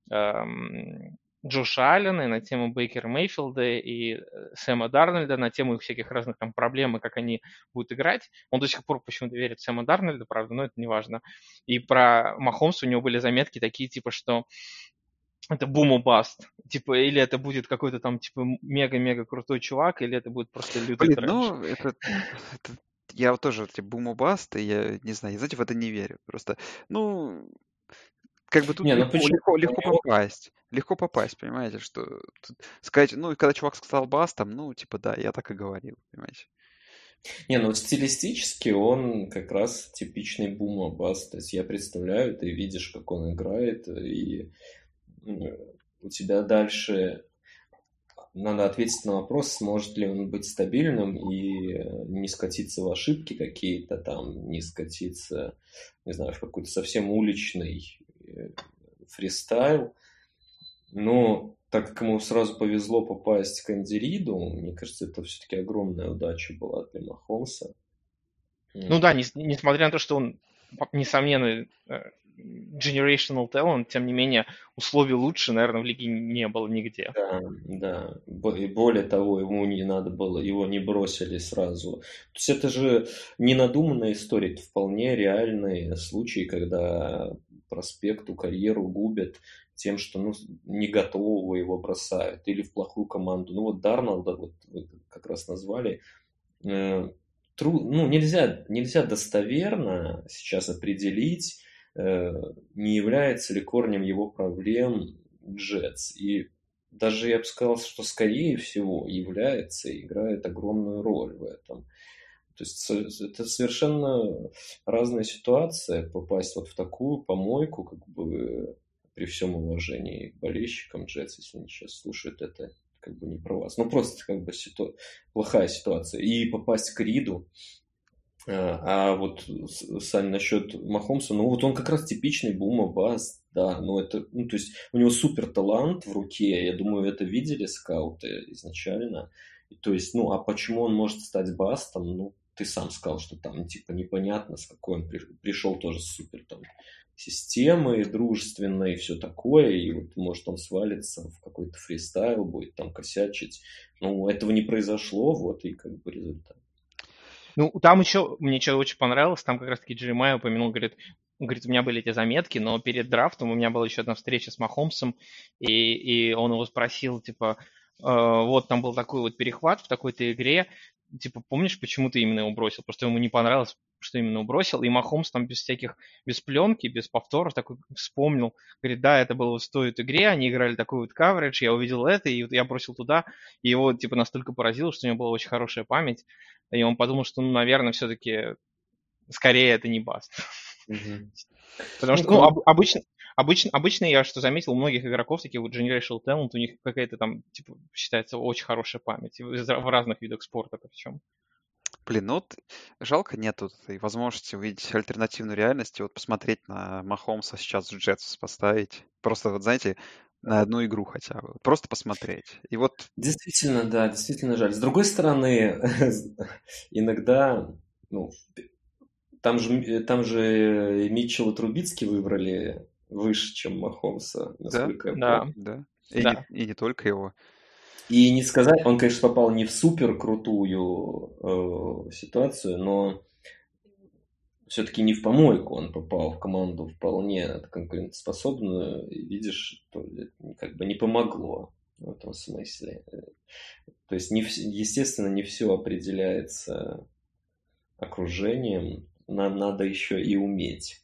эм, Джоша Аллена, и на тему Бейкера Мейфилда и э, Сэма Дарнольда, на тему их всяких разных там проблем и как они будут играть. Он до сих пор почему-то верит в Сэма Дарнольда, правда, но это не важно. И про Махомса у него были заметки такие, типа, что это бум баст. Типа, или это будет какой-то там, типа, мега-мега крутой чувак, или это будет просто лютый блин, трэш. ну, это, это- я вот тоже, типа, бумубаст, и я не знаю, я, знаете, в это не верю. Просто, ну, как бы тут Не, ну легко, почему? легко, У легко него попасть. Легко попасть, понимаете, что тут сказать, ну, и когда чувак сказал бастом, ну, типа, да, я так и говорил, понимаете. Не, ну вот стилистически он как раз типичный бума-бас. То есть я представляю, ты видишь, как он играет, и м, у тебя дальше надо ответить на вопрос, сможет ли он быть стабильным и э, не скатиться в ошибки какие-то там, не скатиться, не знаю, в какой-то совсем уличный э, фристайл. Но так как ему сразу повезло попасть к Энди Риду, мне кажется, это все-таки огромная удача была для Махомса. Ну да, нес- несмотря на то, что он, по- несомненно, э, generational talent, тем не менее, условий лучше, наверное, в лиге не было нигде. Да, да. Бо- И более того, ему не надо было, его не бросили сразу. То есть это же не надуманная история, это вполне реальные случаи, когда проспекту карьеру губят тем, что ну, не готового его бросают или в плохую команду. Ну вот Дарнолда, вот вы как раз назвали, э, тру- ну, нельзя, нельзя достоверно сейчас определить, э, не является ли корнем его проблем Джетс. И даже я бы сказал, что скорее всего является и играет огромную роль в этом. То есть со- это совершенно разная ситуация попасть вот в такую помойку, как бы при всем уважении к болельщикам Джетс, если они сейчас слушают это, как бы не про вас. Ну, просто как бы ситу... плохая ситуация. И попасть к Риду, а а вот, с- Сань, насчет Махомса, ну вот он как раз типичный бума-бас, да, ну это, ну то есть у него супер талант в руке, я думаю, это видели скауты изначально, и, то есть, ну а почему он может стать бастом, ну ты сам сказал, что там типа непонятно, с какой он при- пришел тоже с супер там системой дружественной и все такое, и вот может он свалится в какой-то фристайл, будет там косячить, ну этого не произошло, вот и как бы результат. Ну, там еще, мне что очень понравилось, там как раз-таки Джеремай упомянул, говорит, он говорит, у меня были эти заметки, но перед драфтом у меня была еще одна встреча с Махомсом, и, и он его спросил, типа, э, вот там был такой вот перехват в такой-то игре, типа, помнишь, почему ты именно его бросил? Просто ему не понравилось, что именно его бросил, и Махомс там без всяких, без пленки, без повторов такой вспомнил, говорит, да, это было в той вот игре, они играли такой вот каверидж, я увидел это, и вот я бросил туда, и его, типа, настолько поразило, что у него была очень хорошая память, и он подумал, что, ну, наверное, все-таки скорее это не баст. Мгм. Потому Ну, что, ну, круто. об- обычно, обычно, обычно я что заметил, у многих игроков, таких вот Generational Talent, у них какая-то там, типа, считается очень хорошая память. И В в разных видах спорта причем. Блин, ну вот жалко нету этой возможности увидеть альтернативную реальность и вот посмотреть на Махомса сейчас в Джетс поставить. Просто вот, знаете, на одну игру хотя бы. Просто посмотреть. И вот, Действительно, да, действительно жаль. С другой стороны, иногда, ну, там же, там же Митчелла Трубицки выбрали выше, чем Махомса, да, насколько я Да, помню. да. И не, да. и не только его. И не сказать, он, конечно, попал не в супер крутую э, ситуацию, но все-таки не в помойку он попал, в команду вполне конкурентоспособную, и видишь, что это как бы не помогло в этом смысле. То есть, не, естественно, не все определяется окружением, нам надо еще и уметь.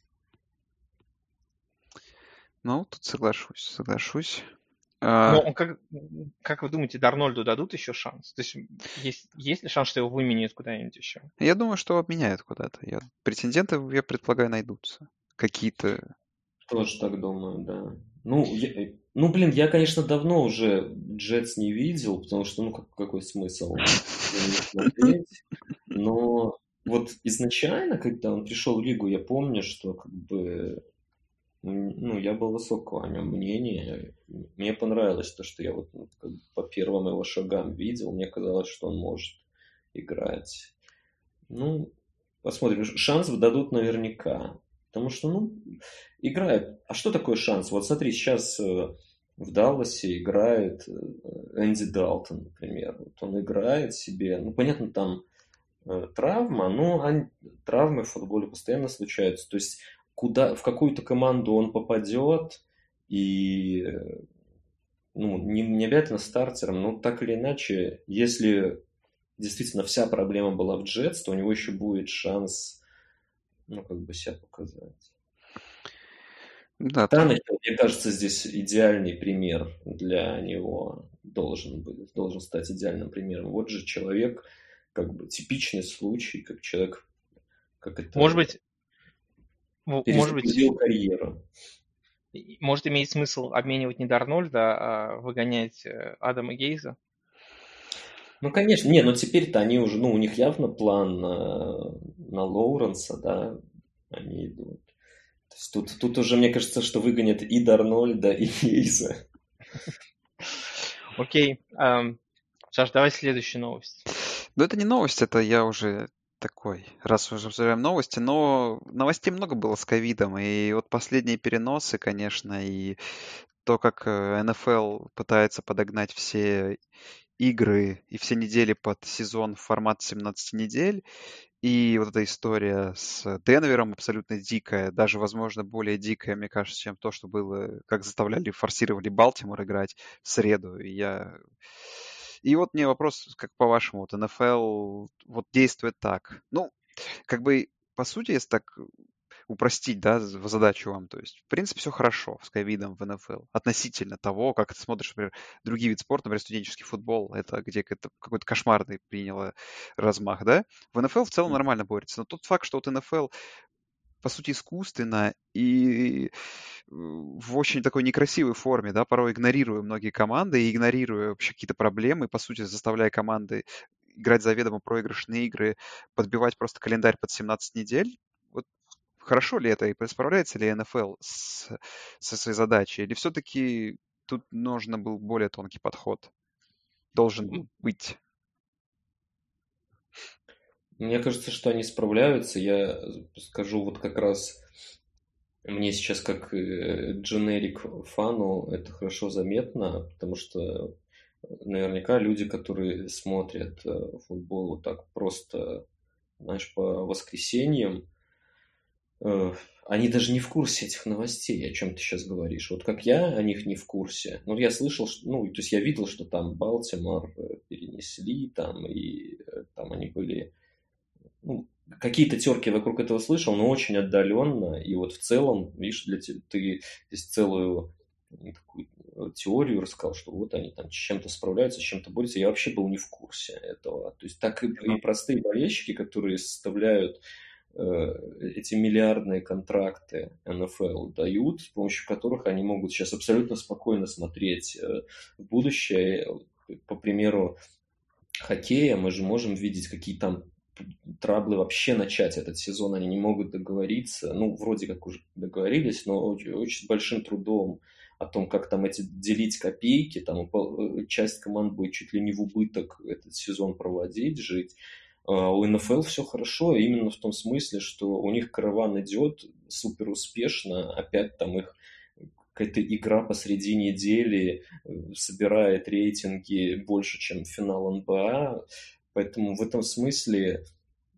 Ну, тут соглашусь, соглашусь. Но он как, как вы думаете, Дарнольду дадут еще шанс? То есть, есть, есть ли шанс, что его выменяют куда-нибудь еще? Я думаю, что обменяют куда-то. Я... Претенденты, я предполагаю, найдутся. Какие-то... Тоже так думаю, да. Ну, я, ну, блин, я, конечно, давно уже Джетс не видел, потому что, ну, как, какой смысл смотреть. Но вот изначально, когда он пришел в лигу, я помню, что как бы... Ну, я был высокого о нем мнения. Мне понравилось то, что я вот ну, как бы по первым его шагам видел. Мне казалось, что он может играть. Ну, посмотрим. Шанс дадут наверняка. Потому что, ну, играет. А что такое шанс? Вот смотри, сейчас в Далласе играет Энди Далтон, например. Вот он играет себе. Ну, понятно, там травма, но травмы в футболе постоянно случаются. То есть куда, в какую-то команду он попадет, и ну, не, не обязательно стартером, но так или иначе, если действительно вся проблема была в Джетс, то у него еще будет шанс, ну, как бы себя показать. Да, Танахил, ты... мне кажется, здесь идеальный пример для него должен быть, должен стать идеальным примером. Вот же человек, как бы типичный случай, как человек, как это... Может быть, может быть, карьеру. Может иметь смысл обменивать не Дарнольда, а выгонять Адама Гейза? Ну, конечно, не, но теперь-то они уже, ну, у них явно план на, на Лоуренса, да, они идут. То есть тут, тут уже, мне кажется, что выгонят и Дарнольда, и Гейза. Окей. Саш, давай следующую новость. Ну, это не новость, это я уже... такой, раз уже обсуждаем новости, но новостей много было с ковидом, и вот последние переносы, конечно, и то, как эн эф эл пытается подогнать все игры и все недели под сезон в формат семнадцать недель, и вот эта история с Денвером абсолютно дикая, даже, возможно, более дикая, мне кажется, чем то, что было, как заставляли, форсировали Балтимор играть в среду, и я... И вот мне вопрос, как по-вашему, вот эн эф эл вот действует так. Ну, как бы, по сути, если так упростить, да, задачу вам, то есть, в принципе, все хорошо с ковидом в эн эф эл относительно того, как ты смотришь, например, другие виды спорта, например, студенческий футбол, это где это какой-то кошмарный приняло размах, да? В эн эф эл в целом нормально борется, но тот факт, что вот эн эф эл по сути, искусственно и в очень такой некрасивой форме, да, порой игнорируя многие команды и игнорируя вообще какие-то проблемы, по сути, заставляя команды играть заведомо проигрышные игры, подбивать просто календарь под семнадцать недель. Вот хорошо ли это и справляется ли эн эф эл с, со своей задачей? Или все-таки тут нужно был более тонкий подход? Должен быть. Мне кажется, что они справляются. Я скажу вот как раз, мне сейчас как дженерик фану это хорошо заметно, потому что наверняка люди, которые смотрят футбол вот так просто, знаешь, по воскресеньям, они даже не в курсе этих новостей, о чем ты сейчас говоришь. Вот как я о них не в курсе. Ну, я слышал, что, ну, то есть я видел, что там Балтимор перенесли, там, и там они были... Ну, какие-то терки вокруг этого слышал, но очень отдаленно. И вот в целом, видишь, для тебя, ты здесь целую такую теорию рассказал, что вот они там с чем-то справляются, с чем-то борются. Я вообще был не в курсе этого. То есть так и, и простые болельщики, которые составляют э, эти миллиардные контракты эн эф эл, дают, с помощью которых они могут сейчас абсолютно спокойно смотреть э, в будущее. По примеру хоккея мы же можем видеть, какие там траблы вообще начать этот сезон, они не могут договориться, ну, вроде как уже договорились, но очень, очень большим трудом о том, как там эти делить копейки, там часть команд будет чуть ли не в убыток этот сезон проводить, жить. А у эн эф эл все хорошо, именно в том смысле, что у них караван идет супер успешно, опять там их какая-то игра посреди недели собирает рейтинги больше, чем финал эн бэ а. Поэтому в этом смысле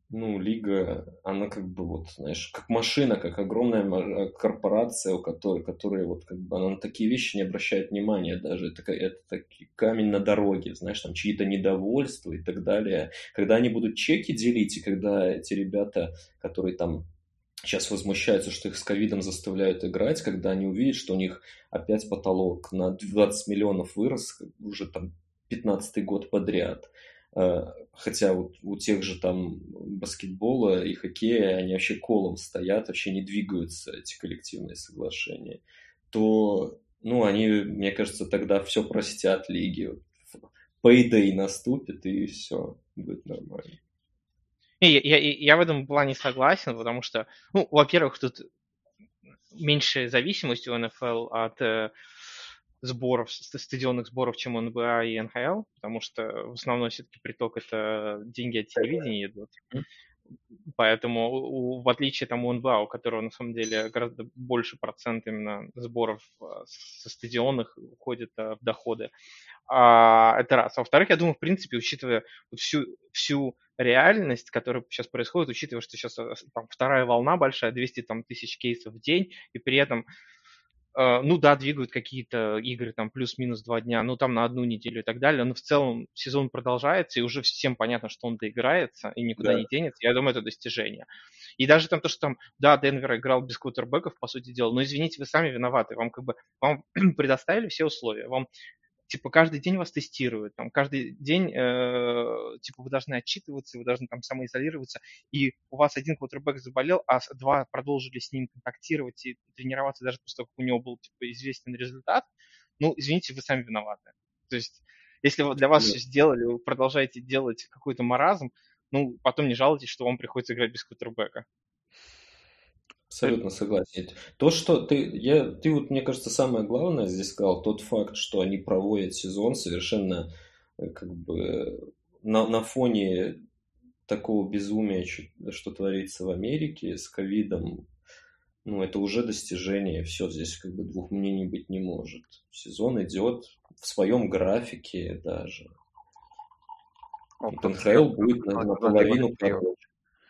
ну, лига, она как бы вот, знаешь, как машина, как огромная ма- корпорация, у которой, которая вот как бы, она на такие вещи не обращает внимания даже. Это, ка- это такой камень на дороге, знаешь, там чьи-то недовольства и так далее. Когда они будут чеки делить, и когда эти ребята, которые там сейчас возмущаются, что их с ковидом заставляют играть, когда они увидят, что у них опять потолок на двадцать миллионов вырос, как бы уже там пятнадцатый год подряд. Э, Хотя вот у тех же там баскетбола и хоккея они вообще колом стоят, вообще не двигаются, эти коллективные соглашения, то, ну, они, мне кажется, тогда все простят лиге. Payday наступит, и все будет нормально. Не, Я, я, я в этом плане согласен, потому что, ну, во-первых, тут меньше зависимости у эн эф эл от э, сборов, ст- стадионных сборов, чем у эн би эй и эн ха эл, потому что в основном все-таки приток это деньги от телевидения идут. Поэтому, у, в отличие там, у эн би эй, у которого на самом деле гораздо больше процент именно сборов э, со стадионных уходит э, в доходы. А, это раз. А во-вторых, я думаю, в принципе, учитывая вот всю, всю реальность, которая сейчас происходит, учитывая, что сейчас э, там, вторая волна большая, двести там, тысяч кейсов в день, и при этом э, ну да, двигают какие-то игры там плюс-минус два дня, ну там на одну неделю и так далее, но в целом сезон продолжается, и уже всем понятно, что он доиграется и никуда Да. не денется. Я думаю, это достижение. И даже там то, что там, да, Денвер играл без квотербеков, по сути дела, но извините, вы сами виноваты, вам как бы, вам предоставили все условия, вам типа каждый день вас тестируют, там каждый день э, типа вы должны отчитываться, вы должны там самоизолироваться, и у вас один квотербек заболел, а два продолжили с ним контактировать и тренироваться даже после того, как у него был типа известен результат, ну, извините, вы сами виноваты. То есть, если для вас Да. все сделали, вы продолжаете делать какой-то маразм, ну, потом не жалуйтесь, что вам приходится играть без квотербека. Абсолютно согласен. То, что ты, я, ты вот, мне кажется, самое главное здесь сказал, тот факт, что они проводят сезон совершенно э, как бы на, на фоне такого безумия, что, что творится в Америке с ковидом, ну, это уже достижение. Все, здесь как бы двух мнений быть не может. Сезон идет в своем графике даже. О, Вот кто-то эн ха эл сказал, будет на- что Андрей наполовину Валентиев. короче.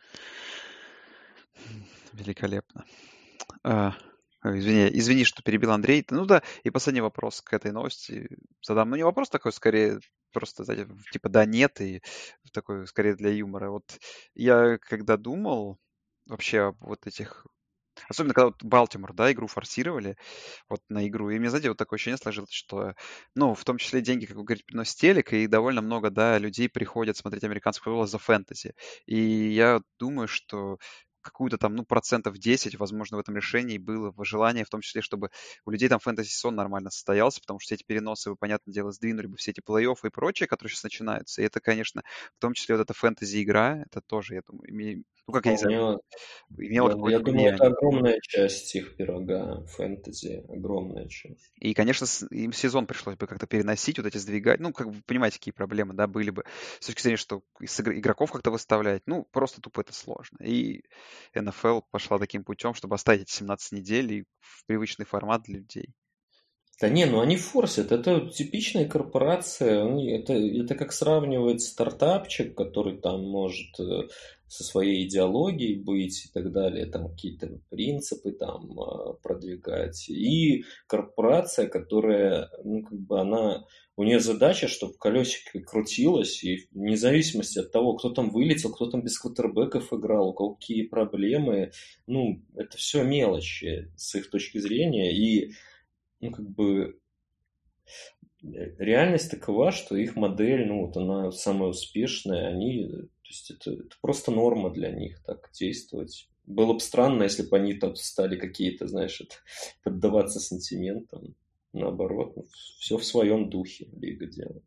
Великолепно. А, ой, извини, извини, что перебил Андрей. Ну да, и последний вопрос к этой новости задам. Ну, не вопрос такой, скорее, просто, знаете, типа да, нет, и такой, скорее, для юмора. Вот я когда думал вообще об вот этих... Особенно, когда вот Балтимор, да, игру форсировали, вот на игру. И мне, знаете, вот такое ощущение сложилось, что, ну, в том числе деньги, как вы говорите, приносит телек, и довольно много, да, людей приходят смотреть американский футбол за фэнтези. И я думаю, что какую-то там, ну, процентов десять, возможно, в этом решении было желание, в том числе, чтобы у людей там фэнтези-сон нормально состоялся, потому что эти переносы, вы, понятное дело, сдвинули бы все эти плей-оффы и прочее, которые сейчас начинаются. И это, конечно, в том числе вот эта фэнтези-игра, это тоже, я думаю, име- ну, как я не знаю, Вполне. имело Я, я какое-то думаю, это влияние. огромная часть их пирога фэнтези. Огромная часть. И, конечно, с- им сезон пришлось бы как-то переносить, вот эти сдвигать. Ну, как бы, понимаете, какие проблемы, да, были бы. С точки зрения, что с игр- игроков как-то выставлять, ну, просто тупо это сложно. И эн эф эл пошла таким путем, чтобы оставить эти семнадцать недель и в привычный формат для людей. Да не, ну они форсят. Это типичная корпорация. Они- Это, это как сравнивать стартапчик, который там может э, со своей идеологией быть и так далее, там какие-то принципы там э, продвигать. И корпорация, которая, ну, как бы она, у нее задача, чтобы колесико крутилось, и вне зависимости от того, кто там вылетел, кто там без квотербеков играл, у кого какие проблемы, ну, это все мелочи с их точки зрения. И ну, как бы реальность такова, что их модель, ну, вот она самая успешная, они, то есть это, это просто норма для них так действовать. Было бы странно, если бы они там стали какие-то, знаешь, это, поддаваться сантиментам. Наоборот, ну, все в своем духе лига делает.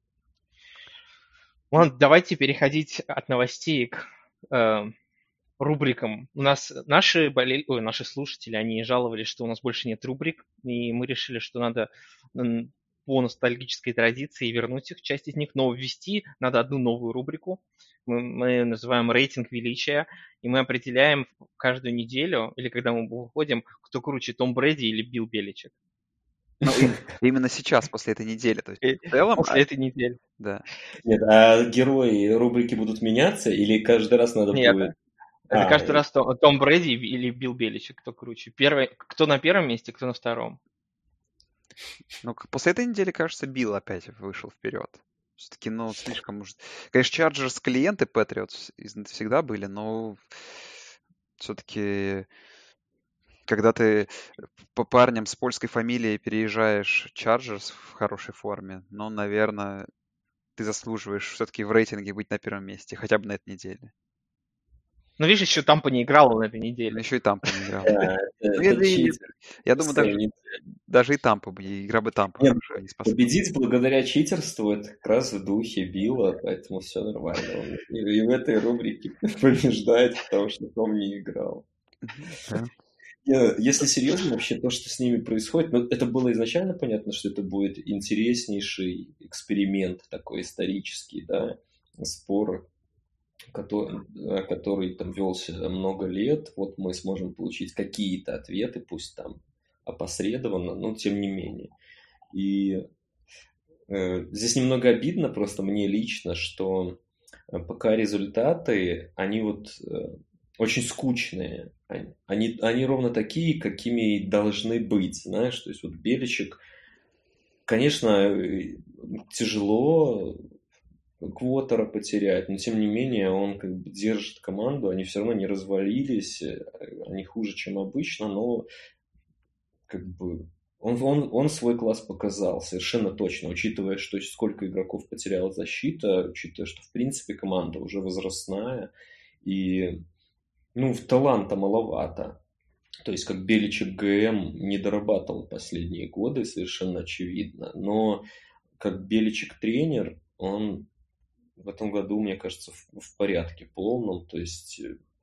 Ладно, давайте переходить от новостей к э, рубрикам. У нас наши, болель... Ой, наши слушатели, они жаловались, что у нас больше нет рубрик, и мы решили, что надо м, по ностальгической традиции вернуть их, часть из них, но ввести надо одну новую рубрику. Мы, мы называем рейтинг величия, и мы определяем каждую неделю, или когда мы выходим, кто круче, Том Брэди или Билл Беличек. Ну, им- именно сейчас, после этой недели. То есть И в целом, После а, этой недели. да. Нет, а герои рубрики будут меняться или каждый раз надо Нет, будет... это А, каждый раз Том, Том Брэди или Билл Беличек, кто круче. Первый, кто на первом месте, кто на втором. Ну, к- после этой недели, кажется, Билл опять вышел вперед. Все-таки, ну, слишком уж... Конечно, Чарджерс клиенты Патриотс всегда были, но все-таки, когда ты по парням с польской фамилией переезжаешь Чарджерс в хорошей форме, ну, наверное, ты заслуживаешь все-таки в рейтинге быть на первом месте, хотя бы на этой неделе. Ну, видишь, еще Тампа не играла на этой Ну, неделе. еще и Тампа не играл. да, Ну, это, я, это я- читер. я думаю, даже, Нет, даже и Тампа бы, и игра бы Тампа нет, хорошая не спасла. победить благодаря читерству это как раз в духе Билла, поэтому все нормально. Он и, и в этой рубрике побеждает, потому что Том не играл. Да. Я- Если серьезно, вообще то, что с ними происходит, ну, это было изначально понятно, что это будет интереснейший эксперимент такой исторический, да, спор, который, э, который там велся много лет. Вот мы сможем получить какие-то ответы, пусть там опосредованно, но тем не менее. И э, здесь немного обидно просто мне лично, что э, пока результаты, они вот э, очень скучные. Они, они, они ровно такие, какими и должны быть, знаешь. То есть вот Беличек, конечно, э, тяжело Квотера потерять, но тем не менее он как бы держит команду, они все равно не развалились, э, они хуже, чем обычно, но как бы он, он, он свой класс показал совершенно точно, учитывая, что сколько игроков потеряла защита, учитывая, что в принципе команда уже возрастная, и ну, таланта маловато. То есть, как Беличек ГМ не дорабатывал последние годы, совершенно очевидно. Но как Беличек тренер, он в этом году, мне кажется, в, в порядке полном. То есть,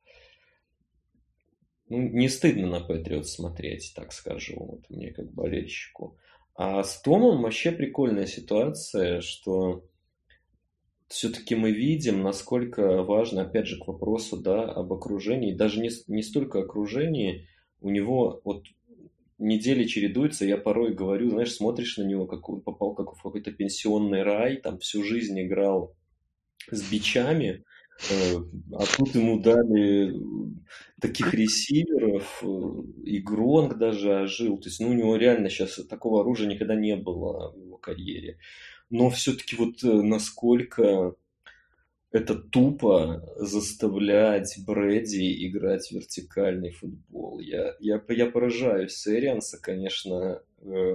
ну, не стыдно на Патриотс смотреть, так скажу, вот мне как болельщику. А с Томом вообще прикольная ситуация, что все-таки мы видим, насколько важно, опять же, к вопросу, да, об окружении, даже не, не столько окружении, у него вот недели чередуются, я порой говорю, знаешь, смотришь на него, как он попал как в какой-то пенсионный рай, там всю жизнь играл с бичами, э, а тут ему дали таких ресиверов, э, и Гронк даже ожил, то есть, ну, у него реально сейчас такого оружия никогда не было в его карьере. Но все-таки вот э, насколько это тупо заставлять Брэди играть в вертикальный футбол. Я, я, я поражаюсь с Эрианса, конечно. Э,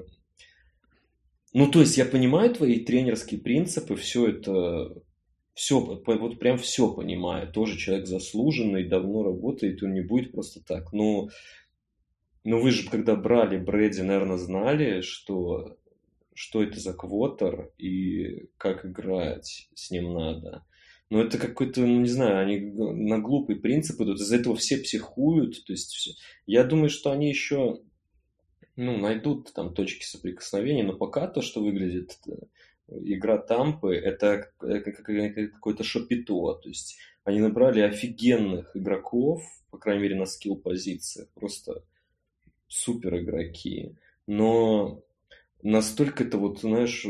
ну, то есть я понимаю твои тренерские принципы, все это, все, вот прям все понимаю. Тоже человек заслуженный, давно работает, он не будет просто так. Но, но вы же, когда брали Брэди, наверное, знали, что, что это за квотер и как играть с ним надо. Но это какой-то, ну, не знаю, они на глупый принцип идут, из-за этого все психуют, то есть все. Я думаю, что они еще, ну, найдут там точки соприкосновения, но пока то, что выглядит игра Тампы, это какое-то шапито, то есть они набрали офигенных игроков, по крайней мере на скилл-позициях, просто супер игроки, но настолько это вот, знаешь,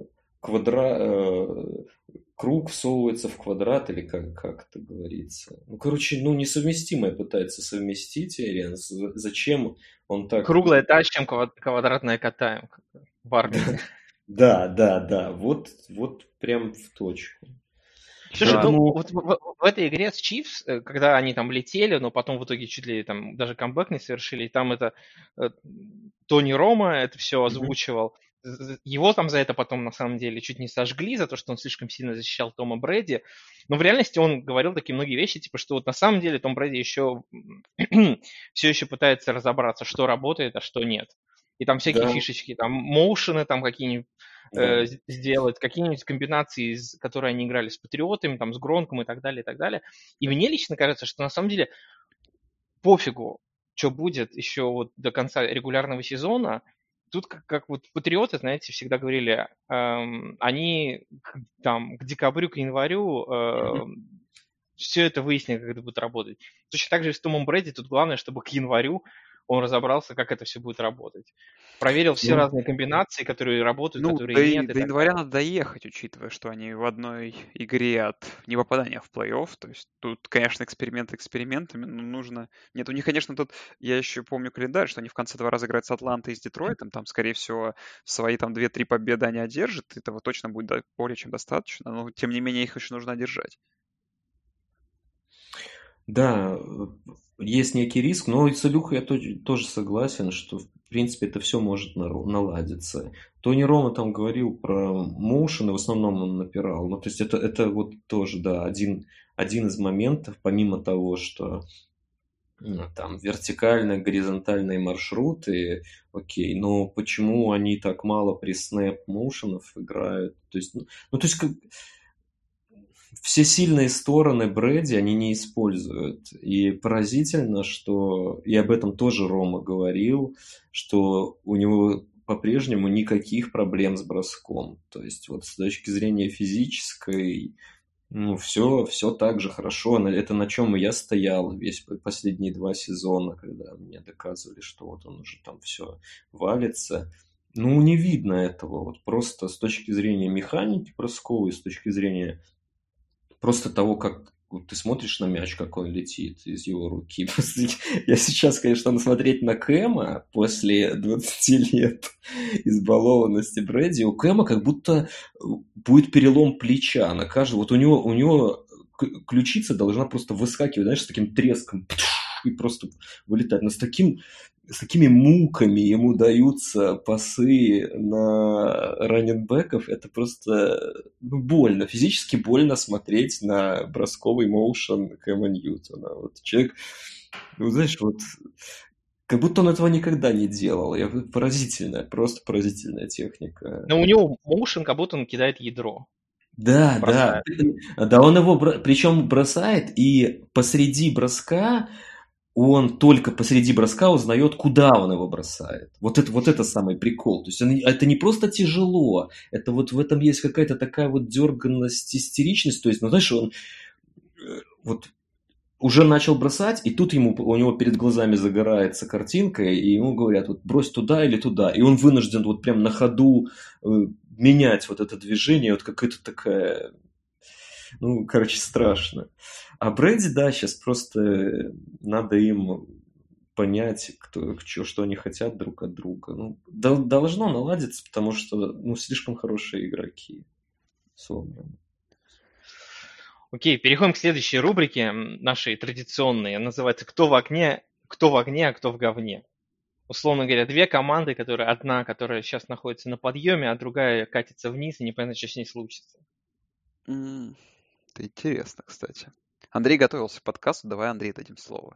квадрат, круг всовывается в квадрат, или как, как это говорится. Ну, короче, ну, несовместимое пытается совместить Эрианс. Зачем он так... Круглая тащ, чем квадратная катаем. Барби. Да, да, да. Вот, вот прям в точку. Слушай, Да. ну вот в, в- в этой игре с Chiefs, э, когда они там летели, но потом в итоге чуть ли там даже камбэк не совершили, и там это э, Тони Рома это все озвучивал. З- Его там за это потом на самом деле чуть не сожгли, за то, что он слишком сильно защищал Тома Брэди. Но в реальности он говорил такие многие вещи, типа, что вот на самом деле Том Брэди еще все еще пытается разобраться, что работает, а что нет. И там всякие Да, фишечки, там моушены там какие-нибудь да. э, с- сделать, какие-нибудь комбинации, из- которые они играли с Патриотами, там, с Гронком и так далее, и так далее. И мне лично кажется, что на самом деле пофигу, что будет еще вот до конца регулярного сезона. Тут как, как вот Патриоты, знаете, всегда говорили, эм, они к, там к декабрю, к январю Мгм. все это выяснят, как это будет работать. Точно так же и с Томом Брэди. Тут главное, чтобы к январю он разобрался, как это все будет работать. Проверил все Ну, разные комбинации, которые работают, Ну, которые до, и- нет и до так января далее. надо доехать, учитывая, что они в одной игре от непопадания в плей-офф. То есть тут, конечно, эксперименты экспериментами, но нужно... Нет, у них, конечно, тут, я еще помню календарь, что они в конце два раза играют с Атлантой и с Детройтом. Там, скорее всего, свои там две-три победы они одержат. Этого точно будет до- более чем достаточно. Но, тем не менее, их еще нужно одержать. да, э, есть некий риск, но и с Илюхой я то- тоже согласен, что, в принципе, это все может нар- наладиться. Тони Рома там говорил про моушен, и в основном он напирал. Ну, то есть это, это вот тоже, да, один, один из моментов, помимо того, что ну, там вертикальные, горизонтальные маршруты, окей, но почему они так мало при снэп моушенов играют? То есть, ну, ну, то есть как, все сильные стороны Брэди они не используют. И поразительно, что, и об этом тоже Рома говорил, что у него по-прежнему никаких проблем с броском. То есть вот с точки зрения физической, ну, все, все так же хорошо. На- Это на чем и я стоял весь по- последние два сезона, когда мне доказывали, что вот он уже там все валится. Ну, не видно этого. Вот просто с точки зрения механики бросковой, с точки зрения просто того, как вот ты смотришь на мяч, как он летит из его руки. Просто я сейчас, конечно, надо смотреть на Кэма после двадцати лет избалованности Брэди. У Кэма как будто будет перелом плеча на каждого. Вот у него, у него к- ключица должна просто выскакивать, знаешь, с таким треском и просто вылетать. Но с таким с такими муками ему даются пасы на раннинбеков, это просто ну, больно, физически больно смотреть на бросковый моушен Кэма Ньютона. Вот человек, ну, знаешь, вот как будто он этого никогда не делал. Я, поразительная, просто поразительная техника. Но у него моушен, как будто он кидает ядро, Да, да. бросает. Да, он его, бро- причем бросает, и посреди броска он только посреди броска узнает, куда он его бросает. Вот это, вот это самый прикол. То есть он- это не просто тяжело, это вот в этом есть какая-то такая вот дерганность, истеричность. То есть, ну знаешь, он э, вот уже начал бросать, и тут ему, у него перед глазами загорается картинка, и ему говорят, вот брось туда или туда. И он вынужден вот прям на ходу э, менять вот это движение, вот какая-то такая, ну, короче, страшно. А Брэди, да, сейчас просто надо им понять, кто, чё- что они хотят друг от друга. Ну, дол- должно наладиться, потому что, ну, слишком хорошие игроки собраны. Окей, переходим к следующей рубрике, м, нашей традиционной. Она называется «Кто в огне, кто в огне, а кто в говне». Условно говоря, две команды, которые одна, которая сейчас находится на подъеме, а другая катится вниз, и непонятно, что с ней случится. М, Это интересно, кстати. Андрей готовился к подкасту, давай, Андрей, дадим слово.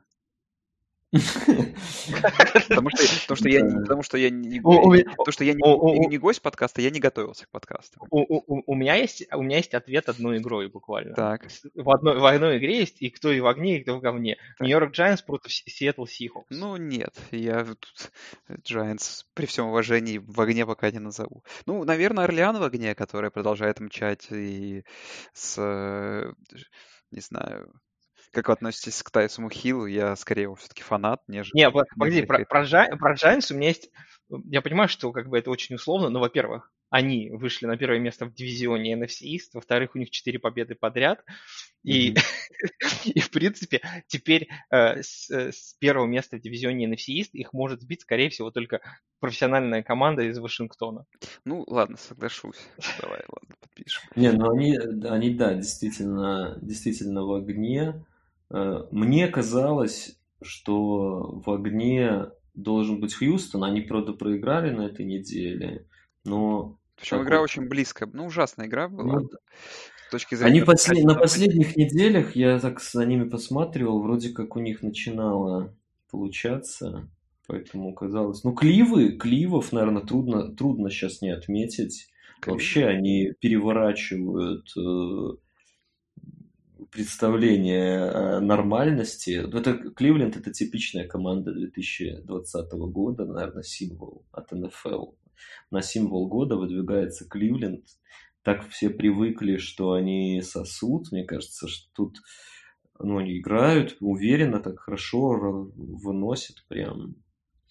Потому что, потому что я, не- потому что я не, У, у го- меня- потому что я не, у- у- не- у- не гость подкаста, я не готовился к подкасту. у- у- у- у меня есть, у меня есть ответ одной игрой буквально. Так, С- В одной, в одной игре есть и кто и в огне, и кто в говне. так. Нью-Йорк Giants против Сиэтл Сихокс. Ну, нет, я тут Giants при всем уважении в огне пока не назову. Ну, наверное, Орлеан в огне, которая продолжает мчать и с, э, не знаю, как вы относитесь к Тайсуму Хиллу? Я скорее его все-таки фанат, нежели, Не, по- погоди, нежели про, хейтер. про, Джай- про Giants у меня есть... Я понимаю, что как бы это очень условно, но, во-первых, они вышли на первое место в дивизионе эн эф си East, во-вторых, у них четыре победы подряд, и, Мгм. и в принципе, теперь э, с, э, с первого места в дивизионе эн эф си East их может сбить, скорее всего, только профессиональная команда из Вашингтона. Ну, ладно, соглашусь. Давай, ладно, подпишем. Не, ну они, они, да, действительно, действительно в огне. Э, Мне казалось, что в огне должен быть Хьюстон. Они, правда, проиграли на этой неделе, но Причем так игра вот, очень близкая. Ну, ужасная игра была ну, с точки они зрения после- на нападения. последних неделях, я так за ними посматривал, вроде как у них начинало получаться, поэтому казалось... Ну, Кливы, Кливов, наверное, трудно, трудно сейчас не отметить. Кливы. Вообще они переворачивают э, представление о нормальности. Ну, это Кливленд это типичная команда две тысячи двадцатого года, наверное, символ от эн эф эл. На символ года выдвигается Кливленд. Так все привыкли, что они сосут. Мне кажется, что тут ну, они играют уверенно, так хорошо ра- выносят прям.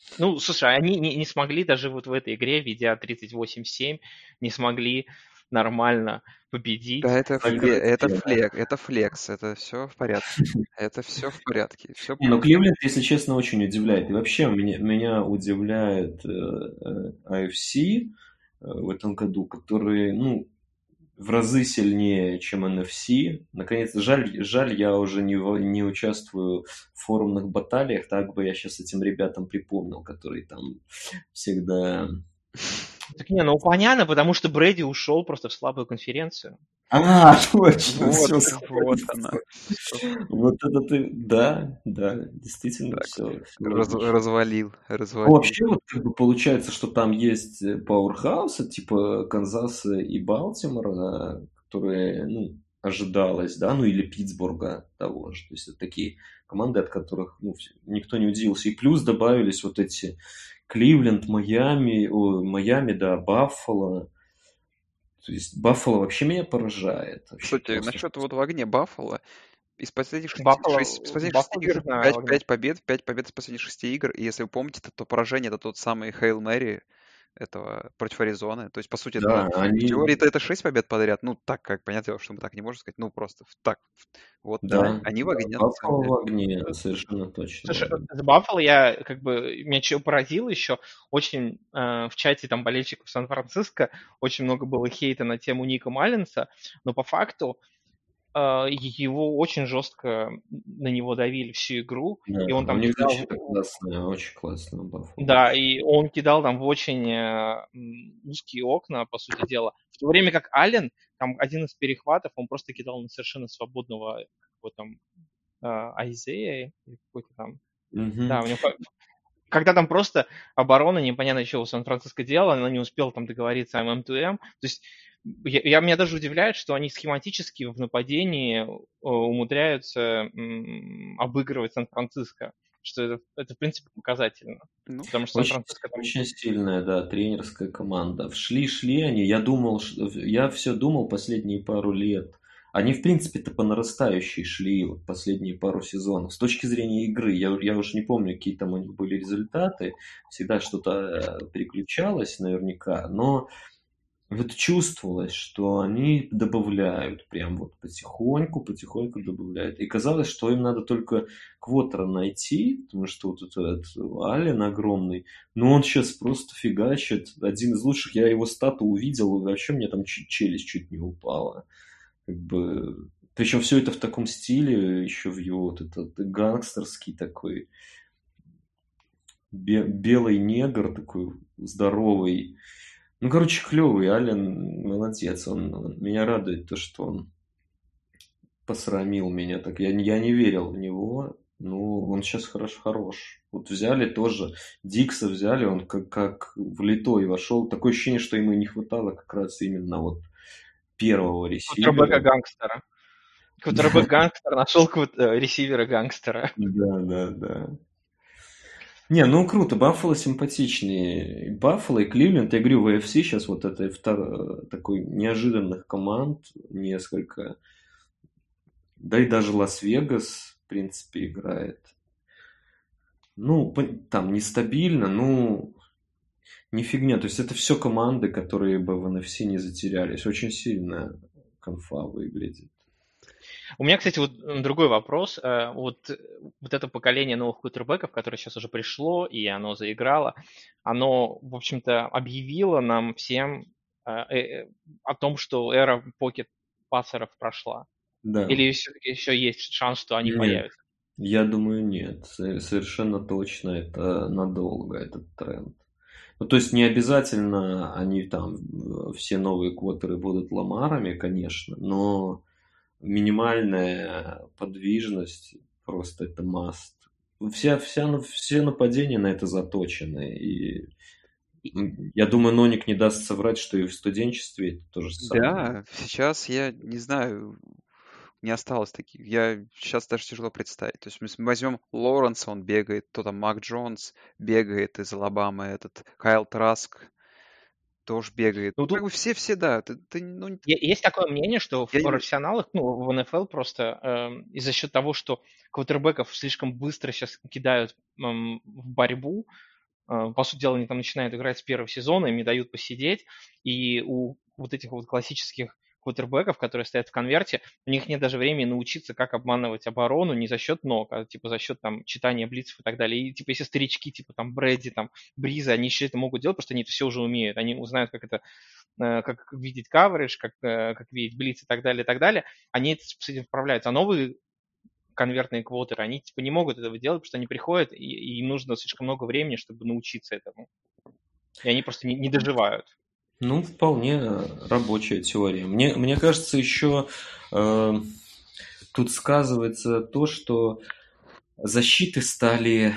Ну, слушай, они не, не смогли даже вот в этой игре, ведя тридцать восемь семь, не смогли нормально Да, победить. это, И фле- это Закрыть, да. флек, это флекс, это все в порядке. Это все в порядке, все Не, ну Кливленд, если честно, очень удивляет. И вообще меня, меня удивляет э, э, эй эф си э, в этом году, который, ну, в разы сильнее, чем эн эф си. Наконец, жаль, жаль, я уже не, во- не участвую в форумных баталиях, так бы я сейчас этим ребятам припомнил, которые там всегда... Так не, ну понятно, потому что Брэди ушел просто в слабую конференцию. А, точно, Вот, все вот сходится. она. Вот это ты, да, да, действительно Так, все, раз- логично. развалил, Ну, развалил. вообще, вот как бы получается, что там есть пауэрхаусы, типа Канзаса и Балтимора, которые, ну, ожидалось, да, ну или Питтсбурга того же. То есть это такие команды, от которых, ну, вс- никто не удивился. И плюс добавились вот эти Кливленд, Майами, о, Майами, да, Баффало. То есть Баффало вообще меня поражает. Вообще Кстати, просто. насчет вот в огне Баффало, из последних шести, Баффало, шесть- из последних шести Баффало игр держит на пять, огне. пять побед, пять побед из последних шести игр. И если вы помните, то, то поражение это тот самый Хейл Мэри этого против Аризоны. То есть, по сути, это Да, в они, теории-то это шесть побед подряд. Ну, так, как понятное дело, что мы так не можем сказать. Ну, просто в- так. Вот, да, да, они в да, огне, на самом Баффало деле. в огне, совершенно точно в Слушай, огне. с Баффало я как бы, меня что поразило еще, очень э, в чате там болельщиков Сан-Франциско очень много было хейта на тему Ника Маллинса, но по факту э, его очень жестко на него давили всю игру, Да, и он у там них кидал, защита классная, очень классная Баффало. да, и он кидал там в очень э, м, узкие окна, по сути дела, в то время как Аллен, там один из перехватов, он просто кидал на совершенно свободного какого там э, Айзея, или какой-то там, Мгм. да, у него когда там просто оборона, непонятно, что у Сан-Франциско делала, она не успела там договориться о эм два эм. То есть я, я- меня даже удивляет, что они схематически в нападении э, умудряются м, обыгрывать Сан-Франциско, что это, это в принципе показательно. Ну, Потому что Очень, Сан-Франциско там... очень сильная, да, тренерская команда. Шли-шли они, я думал, ш- я все думал последние пару лет. Они, в принципе-то, по нарастающей шли вот последние пару сезонов. С точки зрения игры, я, я уже не помню, какие там у них были результаты. Всегда что-то э, переключалось наверняка, но вот чувствовалось, что они добавляют, прям вот потихоньку, потихоньку добавляют. И казалось, что им надо только квотера найти, потому что вот этот Аллен огромный, но он сейчас просто фигачит. Один из лучших, я его стату увидел, и вообще мне там чуть- челюсть чуть не упала. Как бы... Причем все это в таком стиле, еще в его вот этот гангстерский такой, бе- белый негр такой здоровый. Ну, короче, клевый. Ален молодец. Он, он- меня радует то, что он посрамил меня. Так я, не- я не верил в него. Ну, он сейчас хорош, хорош. Вот взяли тоже, Дикса взяли, он как, как влитой вошел. Такое ощущение, что ему не хватало как раз именно вот первого Квотербека ресивера. гангстера. Квотербек гангстер нашел квот- э, ресивера гангстера. Да, да, да. Не, ну круто, Баффало симпатичнее. И Баффало и Кливленд, я говорю, в эй эф си сейчас вот этой втор... такой неожиданных команд несколько. Да и даже Лас-Вегас, в принципе, играет. Ну, пон- там нестабильно, ну, не фигня. То есть это все команды, которые бы в эн эф си не затерялись. Очень сильно конфа выглядит. У меня, кстати, вот м, другой вопрос. Э, Вот, э, вот это поколение новых квотербеков, которое сейчас уже пришло, и оно заиграло, оно, в общем-то, объявило нам всем э, э, о том, что эра покет пассеров прошла. Да. Или все-таки еще есть шанс, что они Нет, появятся? я думаю, нет. Со- Совершенно точно это надолго, этот тренд. Ну, то есть не обязательно они там, э, все новые квотеры будут ламарами, конечно, но минимальная подвижность просто это must. Вся, вся, на- все нападения на это заточены. И И- м, я думаю, Ноник не даст соврать, что и в студенчестве это то же самое. да, сейчас я не знаю, не осталось таких. Я сейчас даже тяжело представить. То есть мы с- возьмем Лоуренса, он бегает, кто там, Мак Джонс бегает из Алабамы, этот Кайл Траск тоже бегает. Ну, Ну, как тут бы все-все, да. Ты, ты, ну, е- есть такое мнение, что в я не... профессионалах, ну, в эн эф эл просто эм, и за счет того, что квотербеков слишком быстро сейчас кидают м, в борьбу, По сути дела, они там начинают играть с первого сезона, им не дают посидеть, и у вот этих вот классических квотербеков, которые стоят в конверте, у них нет даже времени научиться, как обманывать оборону не за счет ног, а типа за счет там читания блицев и так далее. И типа если старички, типа там Брэди, там Бриза, они еще это могут делать, потому что они это все уже умеют. Они узнают, как это, как видеть каверидж, как, как видеть блиц и так далее, и так далее. Они с этим справляются. А новые конвертные квотеры, они типа не могут этого делать, потому что они приходят, и, и им нужно слишком много времени, чтобы научиться этому. И они просто не, не доживают. Ну, вполне рабочая теория. Мне, мне кажется, еще э, тут сказывается то, что защиты стали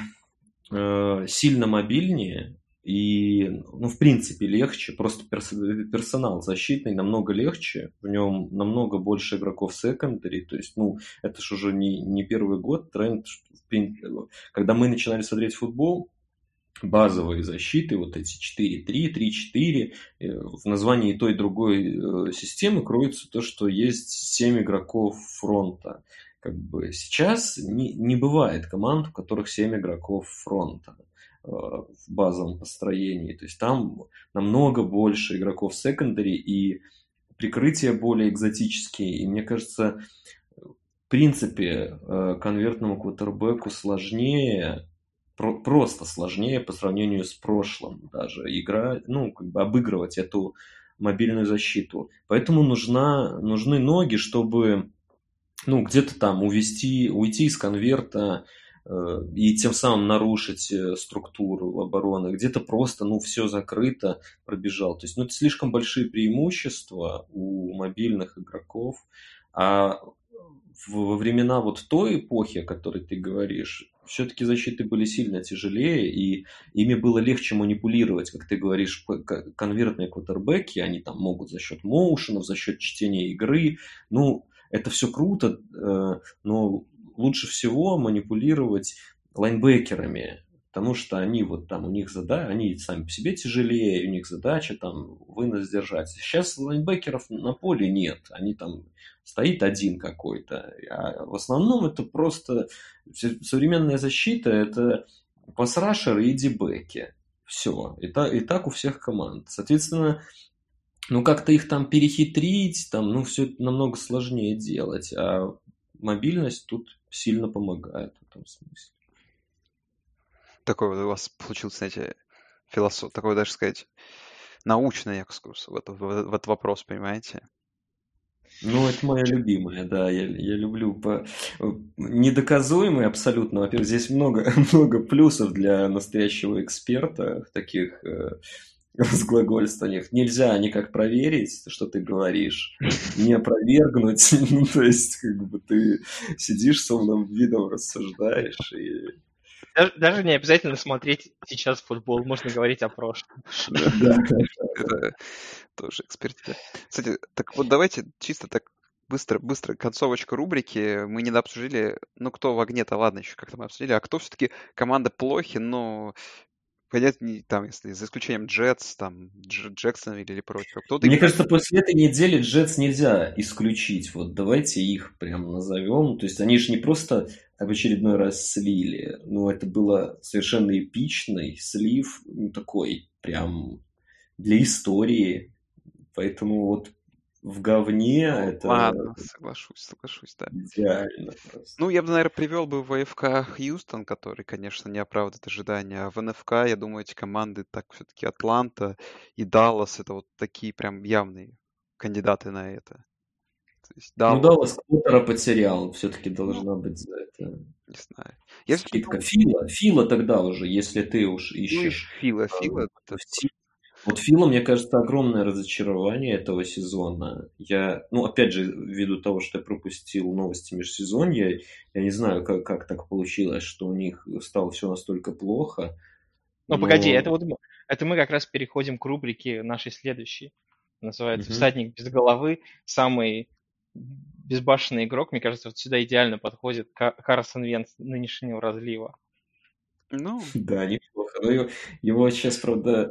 э, сильно мобильнее и, ну, в принципе, легче. Просто персонал защитный намного легче. В нем намного больше игроков секондари. То есть, ну, это же уже не, не первый год тренд. Когда мы начинали смотреть футбол, базовые защиты, вот эти четыре три, три четыре, в названии той и другой системы кроется то, что есть семь игроков фронта. Как бы сейчас не, не бывает команд, у которых семь игроков фронта э, в базовом построении. То есть там намного больше игроков секондари и прикрытия более экзотические. И мне кажется, в принципе, э, конвертному квотербеку сложнее, просто сложнее по сравнению с прошлым даже игра, ну, как бы обыгрывать эту мобильную защиту. Поэтому нужна, нужны ноги, чтобы, ну, где-то там увести, уйти из конверта э, и тем самым нарушить структуру обороны. Где-то просто, ну, все закрыто, пробежал. То есть, ну, это слишком большие преимущества у мобильных игроков. А во времена вот той эпохи, о которой ты говоришь, все-таки защиты были сильно тяжелее, и ими было легче манипулировать, как ты говоришь, конвертные квотербеки, они там могут за счет моушенов, за счет чтения игры, ну, это все круто, но лучше всего манипулировать лайнбекерами, потому что они вот там, у них задача, они сами по себе тяжелее, у них задача там вынос держать. Сейчас лайнбекеров на поле нет, они там стоит один какой-то. А в основном это просто современная защита, это пасрашеры и дибеки. Все. И так, и так у всех команд. Соответственно, ну как-то их там перехитрить, там, ну все это намного сложнее делать. А мобильность тут сильно помогает в этом смысле. Такой вот у вас получился, знаете, философ, такой, даже сказать, научный экскурс в, это, в, в этот вопрос, понимаете? Ну, это моя любимая, да, я, я люблю по... недоказуемый абсолютно. Во-первых, здесь много, много плюсов для настоящего эксперта в таких э, разглагольствованиях. Нельзя никак проверить, что ты говоришь, не опровергнуть. Ну, то есть, как бы ты сидишь с умным видом, рассуждаешь и... Даже, даже не обязательно смотреть сейчас футбол, можно говорить о прошлом. Да, это тоже экспертиза. Кстати, так вот давайте чисто так быстро, быстро концовочка рубрики. Мы не обсудили, ну кто в огне-то, ладно, еще как-то мы обсудили, а кто все-таки команда плохи, но понятно, там, если за исключением Джетс, там, Джексон или прочего. Кто-то Мне играет... кажется, после этой недели Джетс нельзя исключить. Вот давайте их прям назовем. То есть они же не просто в очередной раз слили, но это было совершенно эпичный слив, ну, такой прям для истории. Поэтому вот в говне ну, это... Ладно, соглашусь, соглашусь, да. Идеально просто. Ну, я бы, наверное, привел бы в АФК Хьюстон, который, конечно, не оправдывает ожидания. А в эн эф ка, я думаю, эти команды так все-таки Атланта и Даллас — это вот такие прям явные кандидаты на это. То есть Ну, Даллас, Даллас Квотера потерял. Все-таки ну, должна быть за это не знаю. Я все-таки скидка. думаю, Фила. Фила тогда уже, если ты уж ну, ищешь... ищу Фила. э, Фила — это в ти- Вот Фила, мне кажется, огромное разочарование этого сезона. Я, ну, опять же, ввиду того, что я пропустил новости межсезонья, я не знаю, как, как так получилось, что у них стало все настолько плохо. Ну, Но... погоди, это вот мы- это мы как раз переходим к рубрике нашей следующей. Называется Мгм. «Всадник без головы». Самый безбашенный игрок, мне кажется, вот сюда идеально подходит Ка- Карсон Венц нынешнего разлива. ну, Да, неплохо. Но его, его сейчас, правда,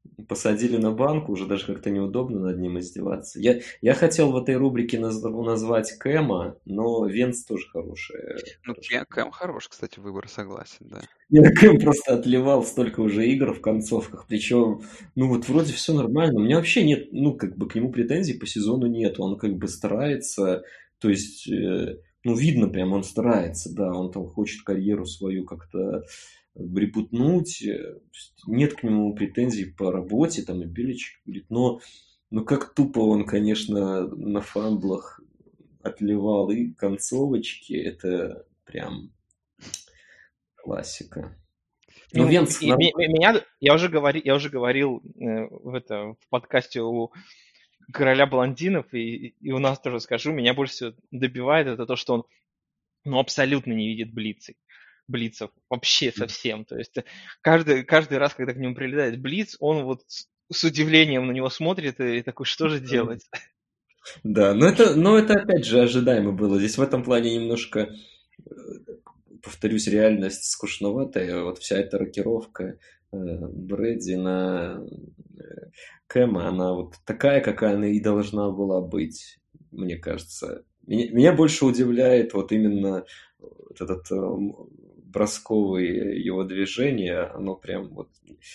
посадили на банку, уже даже как-то неудобно над ним издеваться. Я, я хотел в этой рубрике наз- назвать Кэма, но Венц тоже хорошая. Ну, Кэм, Кэм хорош, кстати, выбор, согласен, да. Я Кэм просто отливал столько уже игр в концовках, причем, ну вот вроде все нормально. У меня вообще нет, ну как бы к нему претензий по сезону нет. Он как бы старается, то есть, э, ну видно прям, он старается, да, он там хочет карьеру свою как-то репутнуть. Нет к нему претензий по работе, там и Беличек говорит, но, но как тупо он, конечно, на фамблах отливал и концовочки, это прям классика. Но Ну, Венц и ме- ме- меня, я уже говорил, я уже говорил э, в это в подкасте у короля блондинов, и, и у нас тоже скажу, меня больше всего добивает это то, что он ну, абсолютно не видит блицей. Блицев вообще совсем. То есть каждый, каждый раз, когда к нему прилетает блиц, он вот с, с удивлением на него смотрит и такой, что же делать? Да, но это, но это опять же ожидаемо было. Здесь в этом плане немножко, повторюсь, реальность скучноватая. Вот вся эта рокировка Брэди на Кэма, она вот такая, какая она и должна была быть, мне кажется. Меня, меня больше удивляет вот именно вот этот бросковое его движение, оно прям вот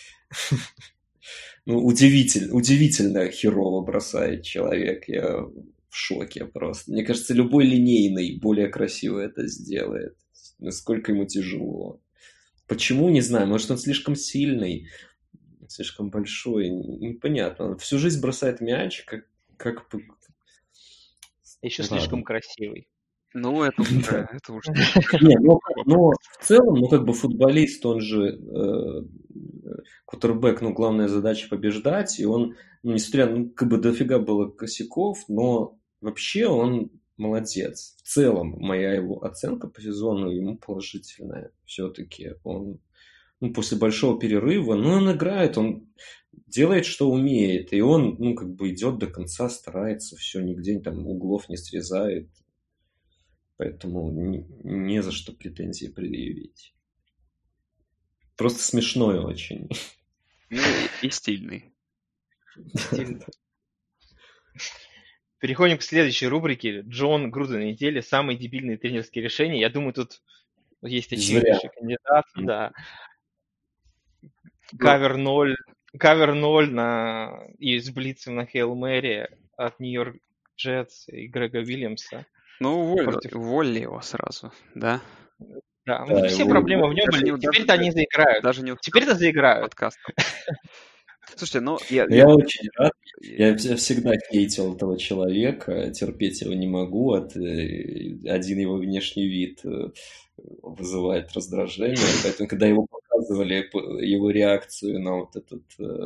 ну, удивительно, удивительно херово бросает человек. Я в шоке просто. Мне кажется, любой линейный более красиво это сделает. Насколько ему тяжело. Почему, не знаю. Может, он слишком сильный, слишком большой. Непонятно. Он всю жизнь бросает мяч, как... как... Еще Ладно. Слишком красивый. Ну, это уже... это уже... Не, но, но в целом, ну, как бы футболист, он же э, квотербэк, ну, главная задача побеждать, и он, ну, несмотря, ну, как бы дофига было косяков, но вообще он молодец. В целом, моя его оценка по сезону ему положительная. Все-таки он, ну, после большого перерыва, ну, он играет, он делает, что умеет, и он, ну, как бы идет до конца, старается, все, нигде там углов не срезает. Поэтому не, не за что претензии предъявить. Просто смешной очень. Ну и стильный. Стильный. Переходим к следующей рубрике. Джон Груден недели. Самые дебильные тренерские решения. Я думаю, тут есть очевиднейший кандидат. Да. Кавер ноль. Кавер ноль на... и с блицем на Хейл Мэри от Нью-Йорк Джетс и Грега Уильямса. Ну, уволили, против... уволили его сразу, да? Да, да все проблемы в нем были. Теперь-то они заиграют. Даже не Теперь-то заиграют. Подкастом. Слушайте, ну... Я, я, я очень рад. Я всегда хейтил этого человека. Терпеть его не могу. От, один его внешний вид вызывает раздражение. Поэтому, когда его показывали, его реакцию на вот этот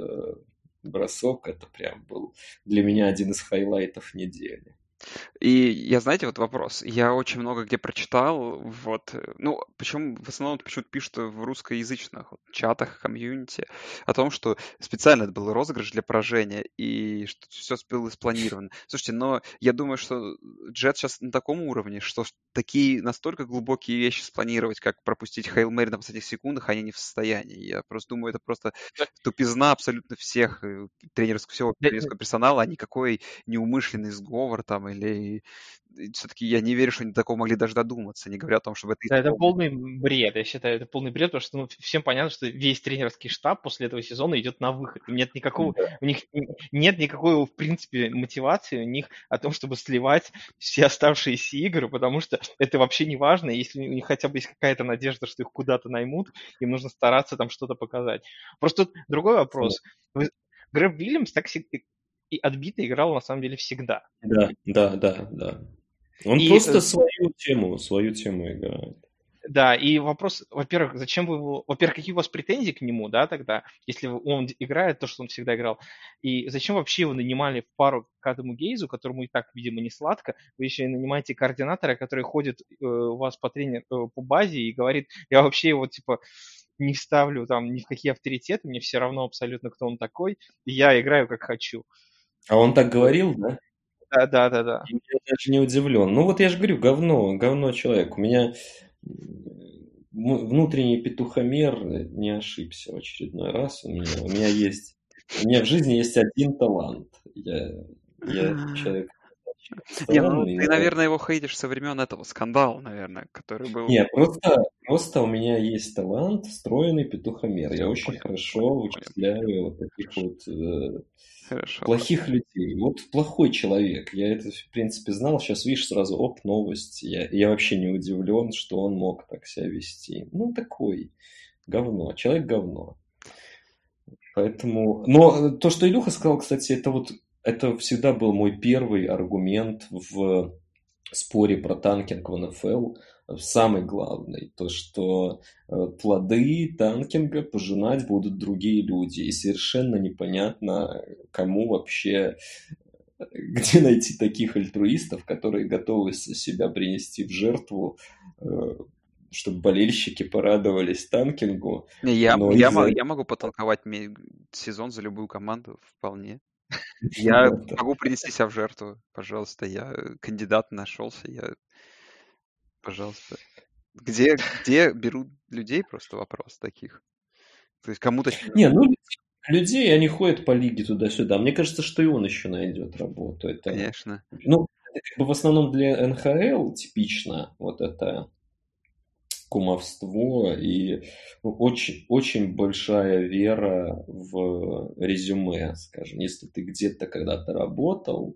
бросок, это прям был для меня один из хайлайтов недели. И я, знаете, вот вопрос. Я очень много где прочитал, вот, ну, почему в основном почему-то пишут в русскоязычных вот, чатах, комьюнити, о том, что специально это был розыгрыш для поражения, и что все было спланировано. Слушайте, но я думаю, что Джет сейчас на таком уровне, что такие настолько глубокие вещи спланировать, как пропустить Хейл Мэри на последних секундах, они не в состоянии. Я просто думаю, это просто тупизна абсолютно всех тренерского, всего тренерского персонала, а никакой неумышленный сговор там, или все-таки я не верю, что они до такого могли даже додуматься, не говоря о том, чтобы это... Да, это полный бред, я считаю, это полный бред, потому что ну, всем понятно, что весь тренерский штаб после этого сезона идет на выход. Нет никакого, у них нет никакой, в принципе, мотивации у них о том, чтобы сливать все оставшиеся игры, потому что это вообще не важно, если у них хотя бы есть какая-то надежда, что их куда-то наймут, им нужно стараться там что-то показать. Просто тут другой вопрос. Грег Уильямс так и отбито играл на самом деле всегда. Да, да, да, да. Он и, просто свою тему, свою тему играет. Да, и вопрос, во-первых, зачем вы его... Во-первых, какие у вас претензии к нему, да, тогда, если он играет то, что он всегда играл, и зачем вообще его нанимали в пару к Адаму Гейзу, которому и так, видимо, не сладко, вы еще и нанимаете координатора, который ходит э, у вас по тренер, э, по базе и говорит, я вообще его, типа, не ставлю там ни в какие авторитеты, мне все равно абсолютно, кто он такой, и я играю как хочу. А он так говорил, да? Да, да, да, да. Я даже не удивлен. Ну вот я же говорю, говно, говно человек. У меня внутренний петухомер не ошибся в очередной раз. У меня, у меня есть У меня в жизни есть один талант. Я, я человек Не, ну странный, ты, но... наверное, его хейтишь со времен этого скандала, наверное, который был. Не, просто, просто у меня есть талант, встроенный петухомер. Я очень хорошо вычисляю вот таких вот э, Хорошо. плохих людей. Вот плохой человек. Я это, в принципе, знал. Сейчас, видишь, сразу, оп, новость. Я, я вообще не удивлен, что он мог так себя вести. Ну, такой говно. Человек говно. Поэтому... Но то, что Илюха сказал, кстати, это вот... Это всегда был мой первый аргумент в споре про танкинг в эн эф эл. Самый главный. То, что плоды танкинга пожинать будут другие люди. И совершенно непонятно, кому вообще... Где найти таких альтруистов, которые готовы себя принести в жертву, чтобы болельщики порадовались танкингу. Не, я, но я, из-за мо- я могу потанковать ме- сезон за любую команду вполне. Я этого- могу принести себя в жертву, пожалуйста. Я э, кандидат нашелся, я, пожалуйста. Где, где берут людей, просто вопрос таких. То есть кому-то... Не, ну, людей, они ходят по лиге туда-сюда. Мне кажется, что и он еще найдет работу. Это, Конечно. ну, это как бы в основном для эн ха эл типично вот это кумовство и ну, очень, очень большая вера в резюме, скажем. Если ты где-то когда-то работал,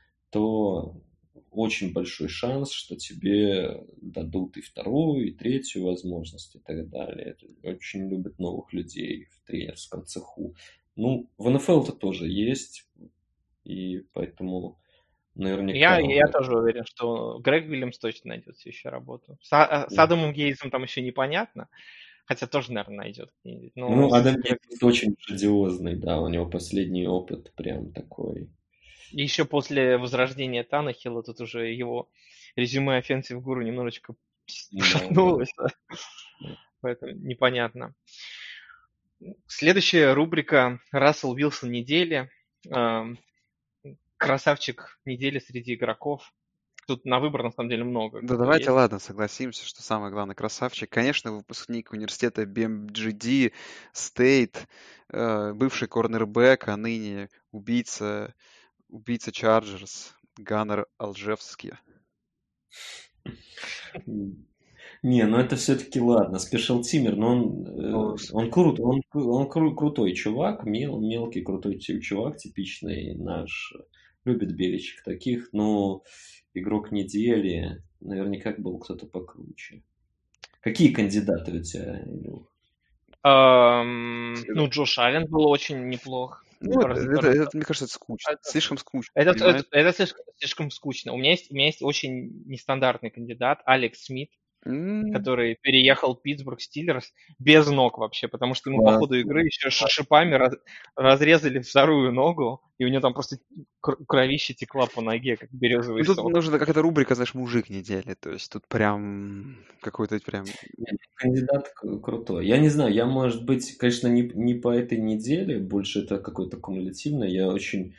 то очень большой шанс, что тебе дадут и вторую, и третью возможность, и так далее. Это очень любят новых людей в тренерском цеху. Ну, в эн эф эл это тоже есть, и поэтому наверняка... Я, я он- тоже уверен, что Грег Уильямс точно найдет себе еще работу. С, А- с Адамом Гейзом там еще непонятно, хотя тоже, наверное, найдет где-нибудь. Но Ну, с Адам Грег- Геймс очень грандиозный, да, у него последний опыт прям такой. И еще после возрождения Танахила тут уже его резюме Offensive Guru немножечко Да, пошатнулось, поэтому непонятно. Следующая рубрика «Рассел Уилсон недели». Эм, Красавчик недели среди игроков. Тут на выбор, на самом деле, много. Да кто давайте, есть. ладно, согласимся, что самый главный красавчик, конечно, выпускник университета би эм джи ди State, э, бывший корнербэк, а ныне убийца, убийца Чарджерс, Ганнер Алжевский. Не, ну это все-таки ладно, спешл тимер, но он, э, Ну, он крут, он, он кру- крутой чувак, мел, мелкий крутой ти- чувак, типичный наш, любит Беличек таких, но игрок недели, наверняка был кто-то покруче. Какие кандидаты у тебя, Илюх? Эм, ну, Джош Аллен был очень неплох. Ну, это, Раз- это- раз- это, мне кажется, это скучно. это- Слишком скучно, Это, понимаешь? это- это слишком, слишком скучно. У меня есть, у меня есть очень нестандартный кандидат, Алекс Смит, М, который переехал в Питтсбург Стиллерс без ног вообще, потому что ему по Класс. ходу игры еще ш- шипами раз- разрезали вторую ногу, и у него там просто кр- кровище текла по ноге, как березовый Ну, тут сок. нужна какая-то рубрика, знаешь, мужик недели. То есть тут прям какой-то прям... Нет, кандидат к- крутой. Я не знаю, я, может быть, конечно, не, не по этой неделе, больше это какое-то кумулятивное. Я очень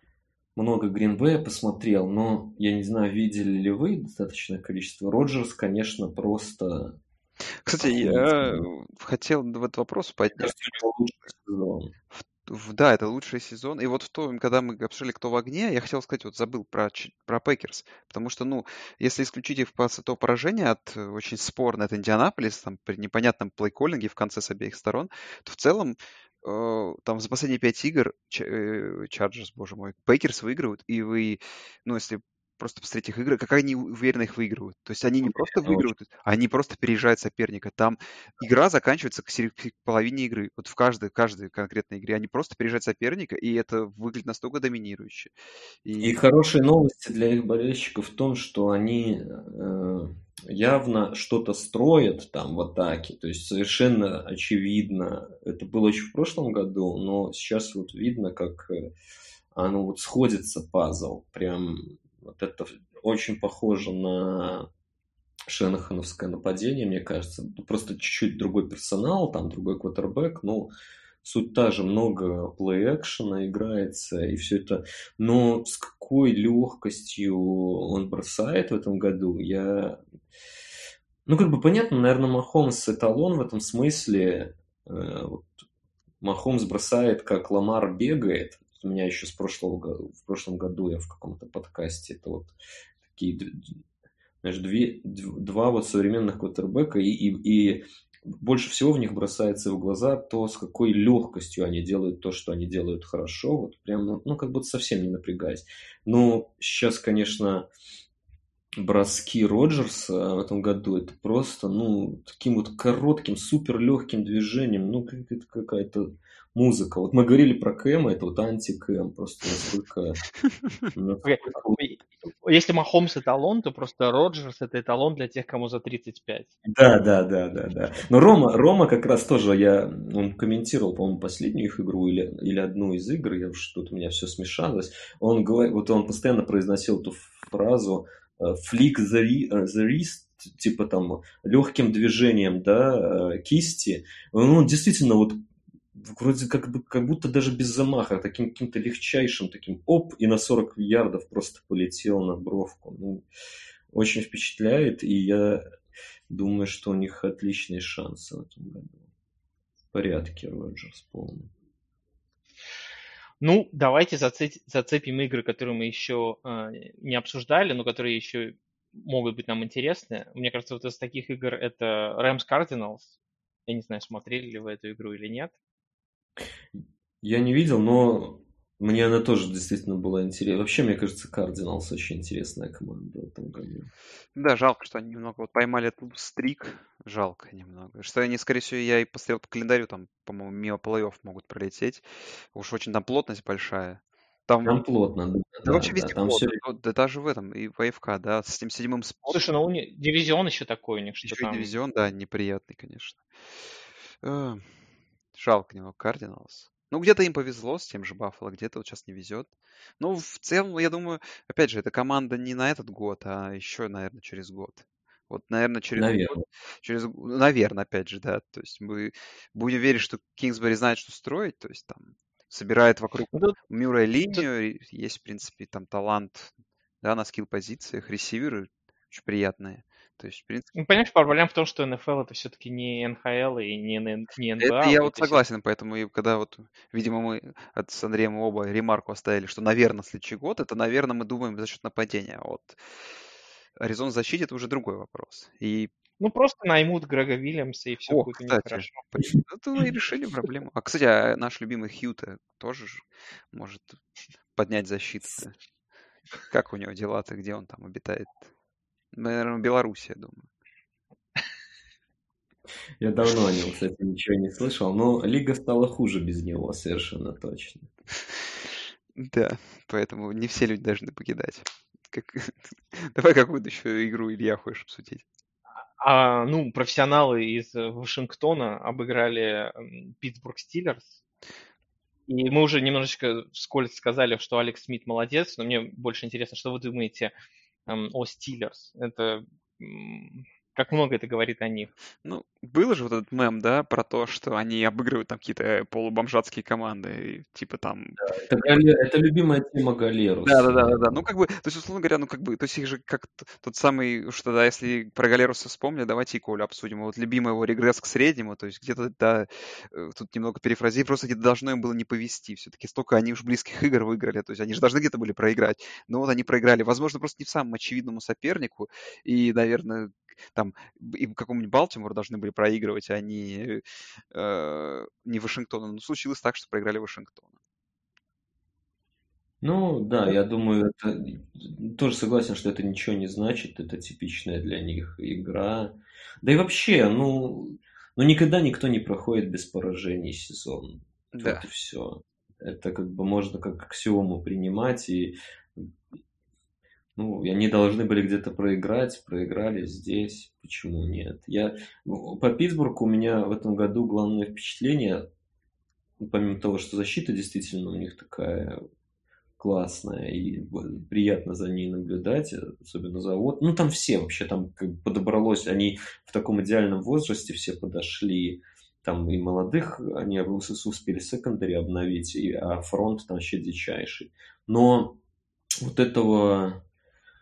много Гринбея посмотрел, но я не знаю, видели ли вы достаточное количество. Роджерс, конечно, просто... Кстати, я охуительный. хотел в этот вопрос Мне поднять. кажется, у него лучший сезон. В- Да, это лучший сезон. И вот в том, когда мы обсуждали «Кто в огне», я хотел сказать, вот забыл про, Ч- про Пекерс. Потому что, ну, если исключить их после того поражения от э, очень спорно от Индианаполис, там, при непонятном плей-коллинге в конце с обеих сторон, то в целом э, там за последние пять игр Ч- э, Чарджерс, боже мой, Пекерс выигрывают, и вы, ну, если просто посмотреть их игры, как они уверенно их выигрывают. То есть они не просто Уверенно очень. выигрывают, а они просто переезжают соперника. Там игра заканчивается к, сери- к половине игры. Вот в каждой, каждой конкретной игре они просто переезжают соперника, и это выглядит настолько доминирующе. И И хорошие новости для их болельщиков в том, что они э, явно что-то строят там в атаке. То есть совершенно очевидно, это было еще в прошлом году, но сейчас вот видно, как э, оно вот сходится пазл. Прям вот это очень похоже на шенахановское нападение, мне кажется. Просто чуть-чуть другой персонал, там другой квотербек, но суть та же, много плей-экшена играется, и все это. Но с какой легкостью он бросает в этом году, я... Ну, как бы понятно, наверное, Махомс эталон в этом смысле. Э, вот Махомс бросает, как Ламар бегает. У меня еще с прошлого года, в прошлом году я в каком-то подкасте, это вот такие, знаешь, две, два вот современных квотербека, и, и, и больше всего в них бросается в глаза то, с какой легкостью они делают то, что они делают хорошо, вот прям, ну, ну как будто совсем не напрягаясь. Ну, сейчас, конечно, броски Роджерса в этом году, это просто, ну, таким вот коротким, супер легким движением, ну, как- это какая-то музыка. Вот мы говорили про Кэма, это вот анти-Кэм, просто насколько... Окей. насколько вот- Если Махомс эталон, то просто Роджерс это эталон для тех, кому за тридцать пять. Да, да, да, да, да. Но Рома, Рома как раз тоже, я, он комментировал, по-моему, последнюю их игру или, или одну из игр, я уж тут у меня все смешалось. Он говорит, вот он постоянно произносил эту фразу флик the ri- э, the wrist, типа там легким движением, да, э, кисти. Он действительно вот вроде как бы как будто даже без замаха, таким каким-то легчайшим таким оп, и на сорок ярдов просто полетел на бровку. Ну, очень впечатляет, и я думаю, что у них отличные шансы в этом году. В порядке, Роджерс полный. Ну, давайте зацепим, зацепим игры, которые мы еще э, не обсуждали, но которые еще могут быть нам интересны. Мне кажется, вот из таких игр это Rams Cardinals. Я не знаю, смотрели ли вы эту игру или нет. Я не видел, но мне она тоже действительно была интересна. Вообще, мне кажется, Cardinals очень интересная команда в этом году. Да, жалко, что они немного вот поймали этот стрик. Жалко немного. Что они, скорее всего, я и посмотрел по календарю, там, по-моему, мимо плей-офф могут пролететь. Уж очень там плотность большая. Там, Там плотно, да, да да, вообще да, везде там все... плотно. Вот, да даже в этом, и в АФК, да, с этим седьмым спотом. Слушай, ну у них дивизион еще такой у них, что Еще и там... дивизион, да, неприятный, конечно. Э, Жалко немного Кардиналс. Ну, где-то им повезло с тем же Баффало, где-то вот сейчас не везет. Ну, в целом, я думаю, опять же, эта команда не на этот год, а еще, наверное, через год. Вот, наверное, через год, Наверное. через, наверное, опять же, да. То есть мы будем верить, что Кингсбери знает, что строить, то есть там собирает вокруг Ну, тут- Мюррея тут- линию, и есть, в принципе, там талант, да, на скилл-позициях, ресиверы очень приятные. То есть, в принципе, ну, понимаешь, проблема в том, что эн эф эл это все-таки не эн ха эл и не, Н- не эн бэ а. это я вот это всё- согласен, поэтому и когда вот, видимо, мы от, с Андреем оба ремарку оставили, что, наверное, следующий год, это, наверное, мы думаем за счет нападения. А вот Аризон в защите — это уже другой вопрос. И, Ну, просто наймут Грега Вильямса, и все о, будет у них кстати, хорошо. это мы и решили проблему. А, кстати, а наш любимый Хьюта тоже ж может поднять защиту-то. Как у него дела-то, где он там обитает? Наверное, в Беларуси, я думаю. Я давно о нем, кстати, ничего не слышал, но лига стала хуже без него, совершенно точно. Да, поэтому не все люди должны покидать. Как... Давай какую-то еще игру, Илья, хочешь обсудить? А, ну, профессионалы из э, Вашингтона обыграли м, Питтсбург Стиллерс. И мы уже немножечко вскользь сказали, что Алекс Смит молодец, но мне больше интересно, что вы думаете эм, о Стиллерс. Это м, как много это говорит о них. Ну, был же вот этот мем, да, про то, что они обыгрывают там какие-то полубомжатские команды, и типа там... Это, Гале- это любимая тема Галеруса. Да, да, да, да, да. Ну, как бы, то есть, условно говоря, ну, как бы, то есть их же как т- тот самый, что да, если про Галеруса вспомнили, давайте и Колю обсудим. Вот любимый его регресс к среднему, то есть где-то, да, э, тут немного перефразирую, просто где-то должно им было не повезти. Все-таки столько они уж близких игр выиграли, то есть они же должны где-то были проиграть. Но вот они проиграли, возможно, просто не самому очевидному сопернику, и, наверное, там и какому-нибудь Балтимору должны были проигрывать, а не, э, не Вашингтону. Но случилось так, что проиграли Вашингтону. Ну, да, я думаю, это тоже согласен, что это ничего не значит, это типичная для них игра. Да и вообще, ну, ну никогда никто не проходит без поражений сезон. Да. Вот и все. Это как бы можно как аксиому принимать, и ну, они должны были где-то проиграть, проиграли здесь, почему нет? Я, по Питтсбургу у меня в этом году главное впечатление, помимо того, что защита действительно у них такая классная, и приятно за ней наблюдать, особенно завод. Ну, там все вообще, там как бы подобралось, они в таком идеальном возрасте все подошли, там и молодых, они успели секондари обновить, и, а фронт там вообще дичайший. Но вот этого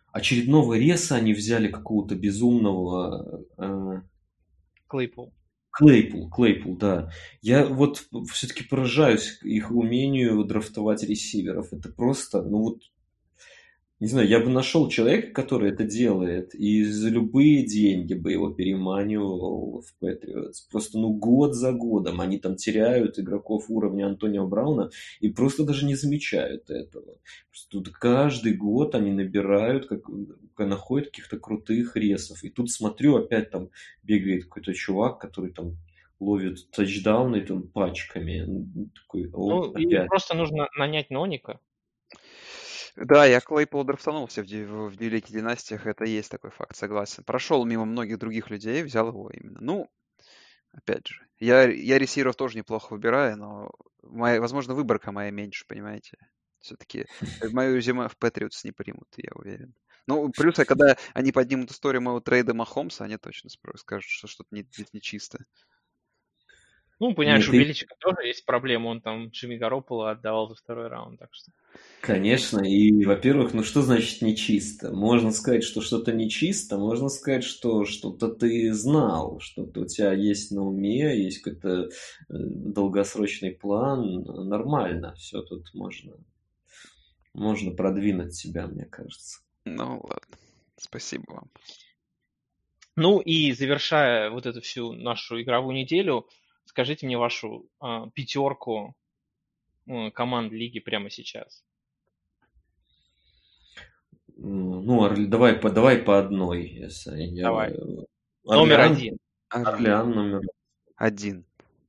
очередного реса они взяли какого-то безумного... Э, Клейпол. Клейпул, Клейпул, да. Я вот все-таки поражаюсь их умению драфтовать ресиверов. Это просто, ну вот, не знаю, я бы нашел человека, который это делает, и за любые деньги бы его переманивал в Патриотс. Просто, ну, год за годом они там теряют игроков уровня Антонио Брауна и просто даже не замечают этого. Просто тут каждый год они набирают, как, находят каких-то крутых ресов. И тут смотрю, опять там бегает какой-то чувак, который там ловит тачдауны там пачками. Ну, такой, Ну, оп, и опять. просто нужно нанять Ноника. Да, я Клейпол драфтанулся в, ди- в Великих Династиях, это есть такой факт, согласен. Прошел мимо многих других людей, взял его именно. Ну, опять же, я, я ресиверов тоже неплохо выбираю, но, моя, возможно, выборка моя меньше, понимаете? Все-таки мою резюме в Патриотс не примут, я уверен. Ну, плюс, а когда они поднимут историю моего трейда Махомса, они точно спро- скажут, что что-то не, здесь нечисто. Ну, понимаешь, Нет, у ты Беличика тоже есть проблема, он там Джимми Гарополо отдавал за второй раунд, так что... Конечно, и, во-первых, ну что значит нечисто? Можно сказать, что что-то нечисто, можно сказать, что что-то ты знал, что-то у тебя есть на уме, есть какой-то э, долгосрочный план, нормально, все тут можно, можно продвинуть себя, мне кажется. Ну, ладно. Спасибо вам. Ну и завершая вот эту всю нашу игровую неделю, скажите мне вашу а, пятерку м, команд лиги прямо сейчас. М, Ну, Орл- давай по, давай по одной, если я... Давай. Номер Орлеан, один. Орл- Орлеан номер Один.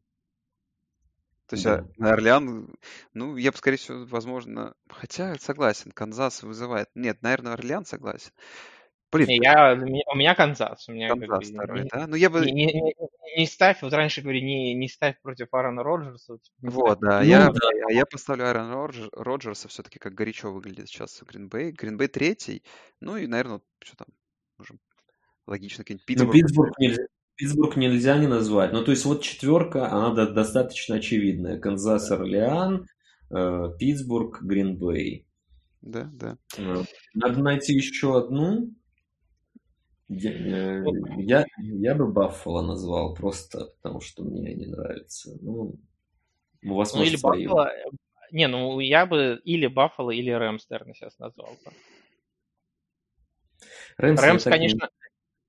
То есть а, да. на Орлеан, ну, я бы, скорее всего, возможно... Хотя, согласен, Канзас вызывает. Нет, наверное, Орлеан согласен. Блин, Не, я, у меня у меня Канзас. У меня как бы Канзас второй, не, да? Ну, я бы... не, не, не- не ставь, вот раньше говорили, не, не ставь против Аарона Роджерса, вот, типа, не ставь. Вот, да, Ну, я, да. я, я поставлю Аарона Роджер- Роджерса все-таки, как горячо выглядит сейчас в Гринбей. Гринбей третий, ну и, наверное, что там, можем логично, какой-нибудь Ну, Питтсбург. Питтсбург нельзя, Питтсбург нельзя не назвать. Ну, то есть вот четверка, она до- достаточно очевидная. Канзас, Орлеан, э, Питтсбург, Грин-Бей. Да, да. Э, Надо найти еще одну. Я, э, Вот, я, я бы Баффало назвал, просто потому что мне не нравится. Ну, у вас, ну или может, свои. Баффало. Не, ну я бы или Баффало, или Рэмс, наверное, сейчас назвал бы. Рэмс я Рэмс, так не... конечно,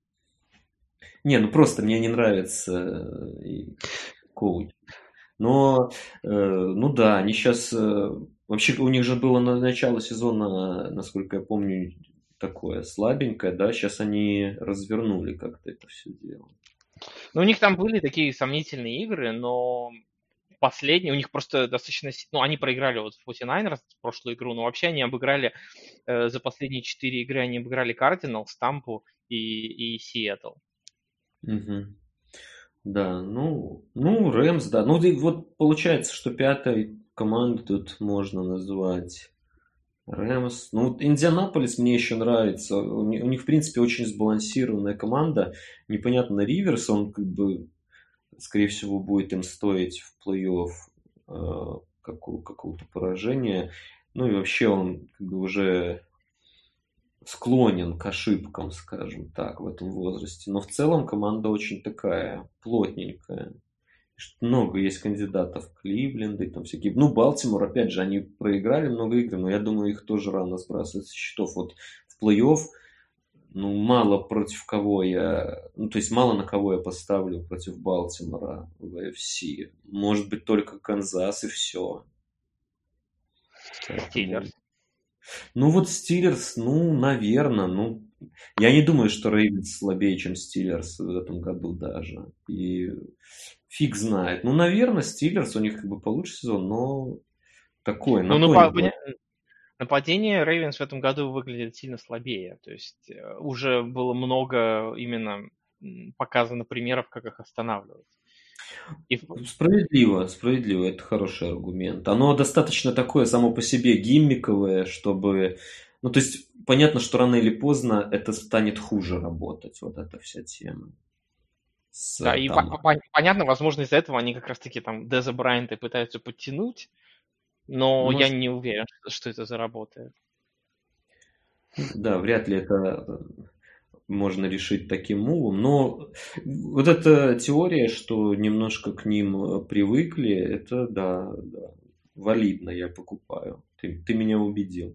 Не, ну просто мне не нравится э, и коуч. Но, э, ну да, они сейчас... вообще у них же было на начало сезона, насколько я помню, такое слабенькое, да? Сейчас они развернули как-то это все дело. ну у них там были такие сомнительные игры, но последние, у них просто достаточно... си- Ну, они проиграли вот в форти найнерс прошлую игру, но вообще они обыграли, э, за последние четыре игры они обыграли Кардиналс, Тампу и, и Сиэтл. Мгм. Да, ну, ну, Рэмс, да. Ну, и вот получается, что пятой команду тут можно назвать Рэмс. Ну, вот Индианаполис мне еще нравится. У них, у них, в принципе, очень сбалансированная команда. Непонятно, Риверс, он как бы, скорее всего, будет им стоить в плей-офф э, какого- какого-то поражения. Ну и вообще он как бы уже склонен к ошибкам, скажем так, в этом возрасте. Но в целом команда очень такая плотненькая. Что много есть кандидатов. Кливленда и там всякие. Ну, Балтимор, опять же, они проиграли много игр, но я думаю, их тоже рано сбрасывать со счетов. Вот в плей-офф, ну, мало против кого я... Ну, то есть, мало на кого я поставлю против Балтимора в эй эф си. Может быть, только Канзас и все. Поэтому... Стиллерс. Ну, вот Стиллерс, ну, наверное, ну... Я не думаю, что Рейвенс слабее, чем Стиллерс в этом году даже. И фиг знает. Ну, наверное, Стиллерс, у них как бы получше сезон, но такой, Ну, на напа- тоненького. поня- нападение Рейвенс в этом году выглядит сильно слабее. То есть э, уже было много именно м, показано примеров, как их останавливать. И в- Справедливо, справедливо, это хороший аргумент. Оно достаточно такое само по себе гиммиковое, чтобы... Ну, то есть, понятно, что рано или поздно это станет хуже работать, вот эта вся тема. С, да, и там, по- по- понятно, возможно, из-за этого они как раз-таки там Деза Брайанта пытаются подтянуть, но я может, не уверен, что, что это заработает. да, вряд ли это можно решить таким мувом. Но вот эта теория, что немножко к ним привыкли, это да, да валидно, я покупаю. Ты, ты меня убедил.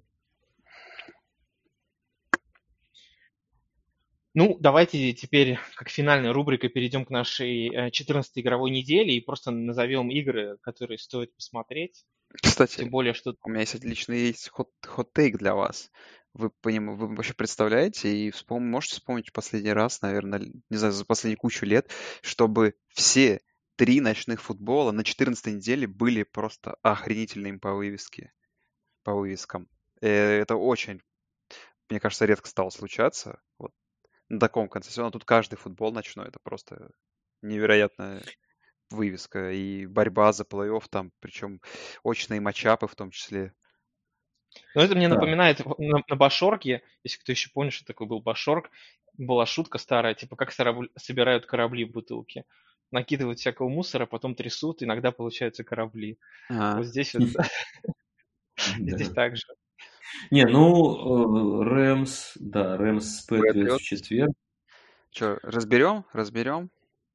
Ну, давайте теперь, как финальная рубрика, перейдем к нашей четырнадцатой игровой неделе и просто назовем игры, которые стоит посмотреть. Кстати, Тем более, что... у меня есть отличный есть хот, хот-тейк для вас. Вы, поним, вы вообще представляете и вспом, можете вспомнить последний раз, наверное, не знаю, за последнюю кучу лет, чтобы все три ночных футбола на четырнадцатой неделе были просто охренительными по вывеске, по вывескам. Э, Это очень, мне кажется, редко стало случаться. Вот на таком конце сезона. Тут каждый футбол ночной, это просто невероятная вывеска и борьба за плей-офф там, причем очные матчапы в том числе. Ну, это мне Да. напоминает на, на Башорге, если кто еще помнит, что такое был Башорг, была шутка старая, типа как сораб- собирают корабли в бутылке. Накидывают всякого мусора, потом трясут, иногда получаются корабли. А, Вот здесь вот здесь Да. так же. Не, ну, э, Рэмс, да, Рэмс с Патриотс в Патриотс. четверг. Че, разберем? Разберем?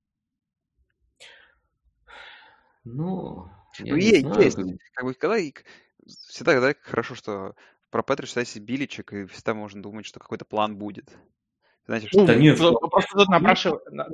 Ну, я Ну, не е- знаю, есть. как... Как бы, когда и к- всегда, да, хорошо, что про Патриотс всегда есть Биличек, и всегда можно думать, что какой-то план будет. Знаете, что Ну, Да нет, про- в- просто тут напрашивается,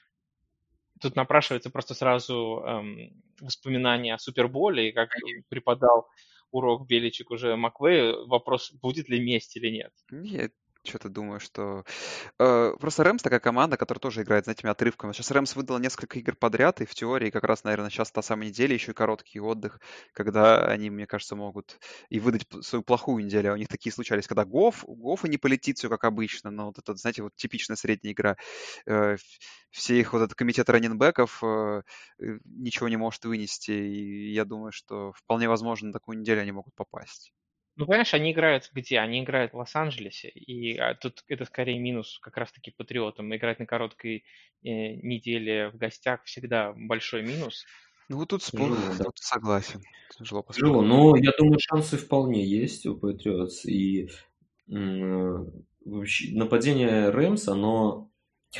тут напрашивается просто сразу эм, воспоминания о Суперболе, и как преподал урок Беличек уже Маквею, вопрос, будет ли месть или нет. я что-то думаю, что... э, просто Рэмс такая команда, которая тоже играет, знаете, этими отрывками. Сейчас Рэмс выдала несколько игр подряд, и в теории как раз, наверное, сейчас та самая неделя, еще и короткий отдых, когда они, мне кажется, могут и выдать п- свою плохую неделю. А у них такие случались, когда Гофф, у Гоффа не полетит все как обычно, но вот это, знаете, вот типичная средняя игра. Э, ф- Все их вот этот комитет раннинбеков э, э, ничего не может вынести, и я думаю, что вполне возможно на такую неделю они могут попасть. Ну, понимаешь, они играют где? Они играют в Лос-Анджелесе, и а, тут это скорее минус как раз-таки патриотам. Играть на короткой э, неделе в гостях всегда большой минус. Ну вот тут спор, Тяжело, да. тут согласен. Тяжело Тяжело, поспорить. но я думаю, шансы вполне есть у Патриотс. И м, вообще нападение Рэмс, оно,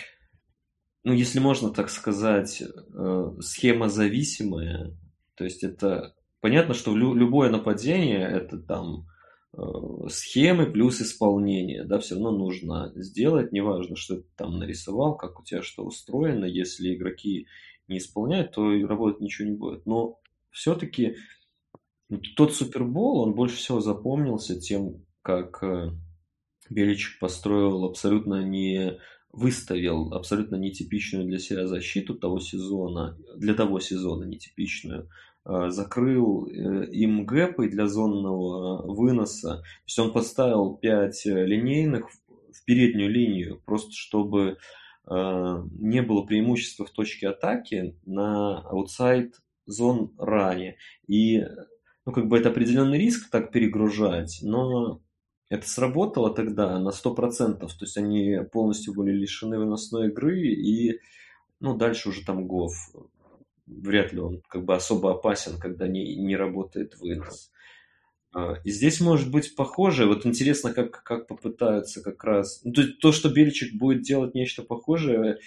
ну, если можно так сказать, э, схемозависимое. То есть это понятно, что лю- любое нападение это там э, схемы плюс исполнение, да, все равно нужно сделать, неважно, что ты там нарисовал, как у тебя что устроено, если игроки не исполняют, то и работать ничего не будет. Но все-таки тот Супербол, он больше всего запомнился тем, как э, Беличек построил абсолютно не выставил абсолютно нетипичную для себя защиту того сезона, для того сезона нетипичную, э, закрыл э, им гэпы для зонного выноса. То есть он поставил пять линейных в переднюю линию, просто чтобы э, не было преимущества в точке атаки на аутсайд зон ране. И ну, как бы это определенный риск так перегружать, но это сработало тогда на сто процентов. То есть они полностью были лишены выносной игры, и ну, дальше уже там Гофф. Вряд ли он как бы особо опасен, когда не, не работает вынос. А, И здесь может быть похоже. Вот интересно, как, как попытаются как раз... Ну, то, то, что Бельчик будет делать нечто похожее,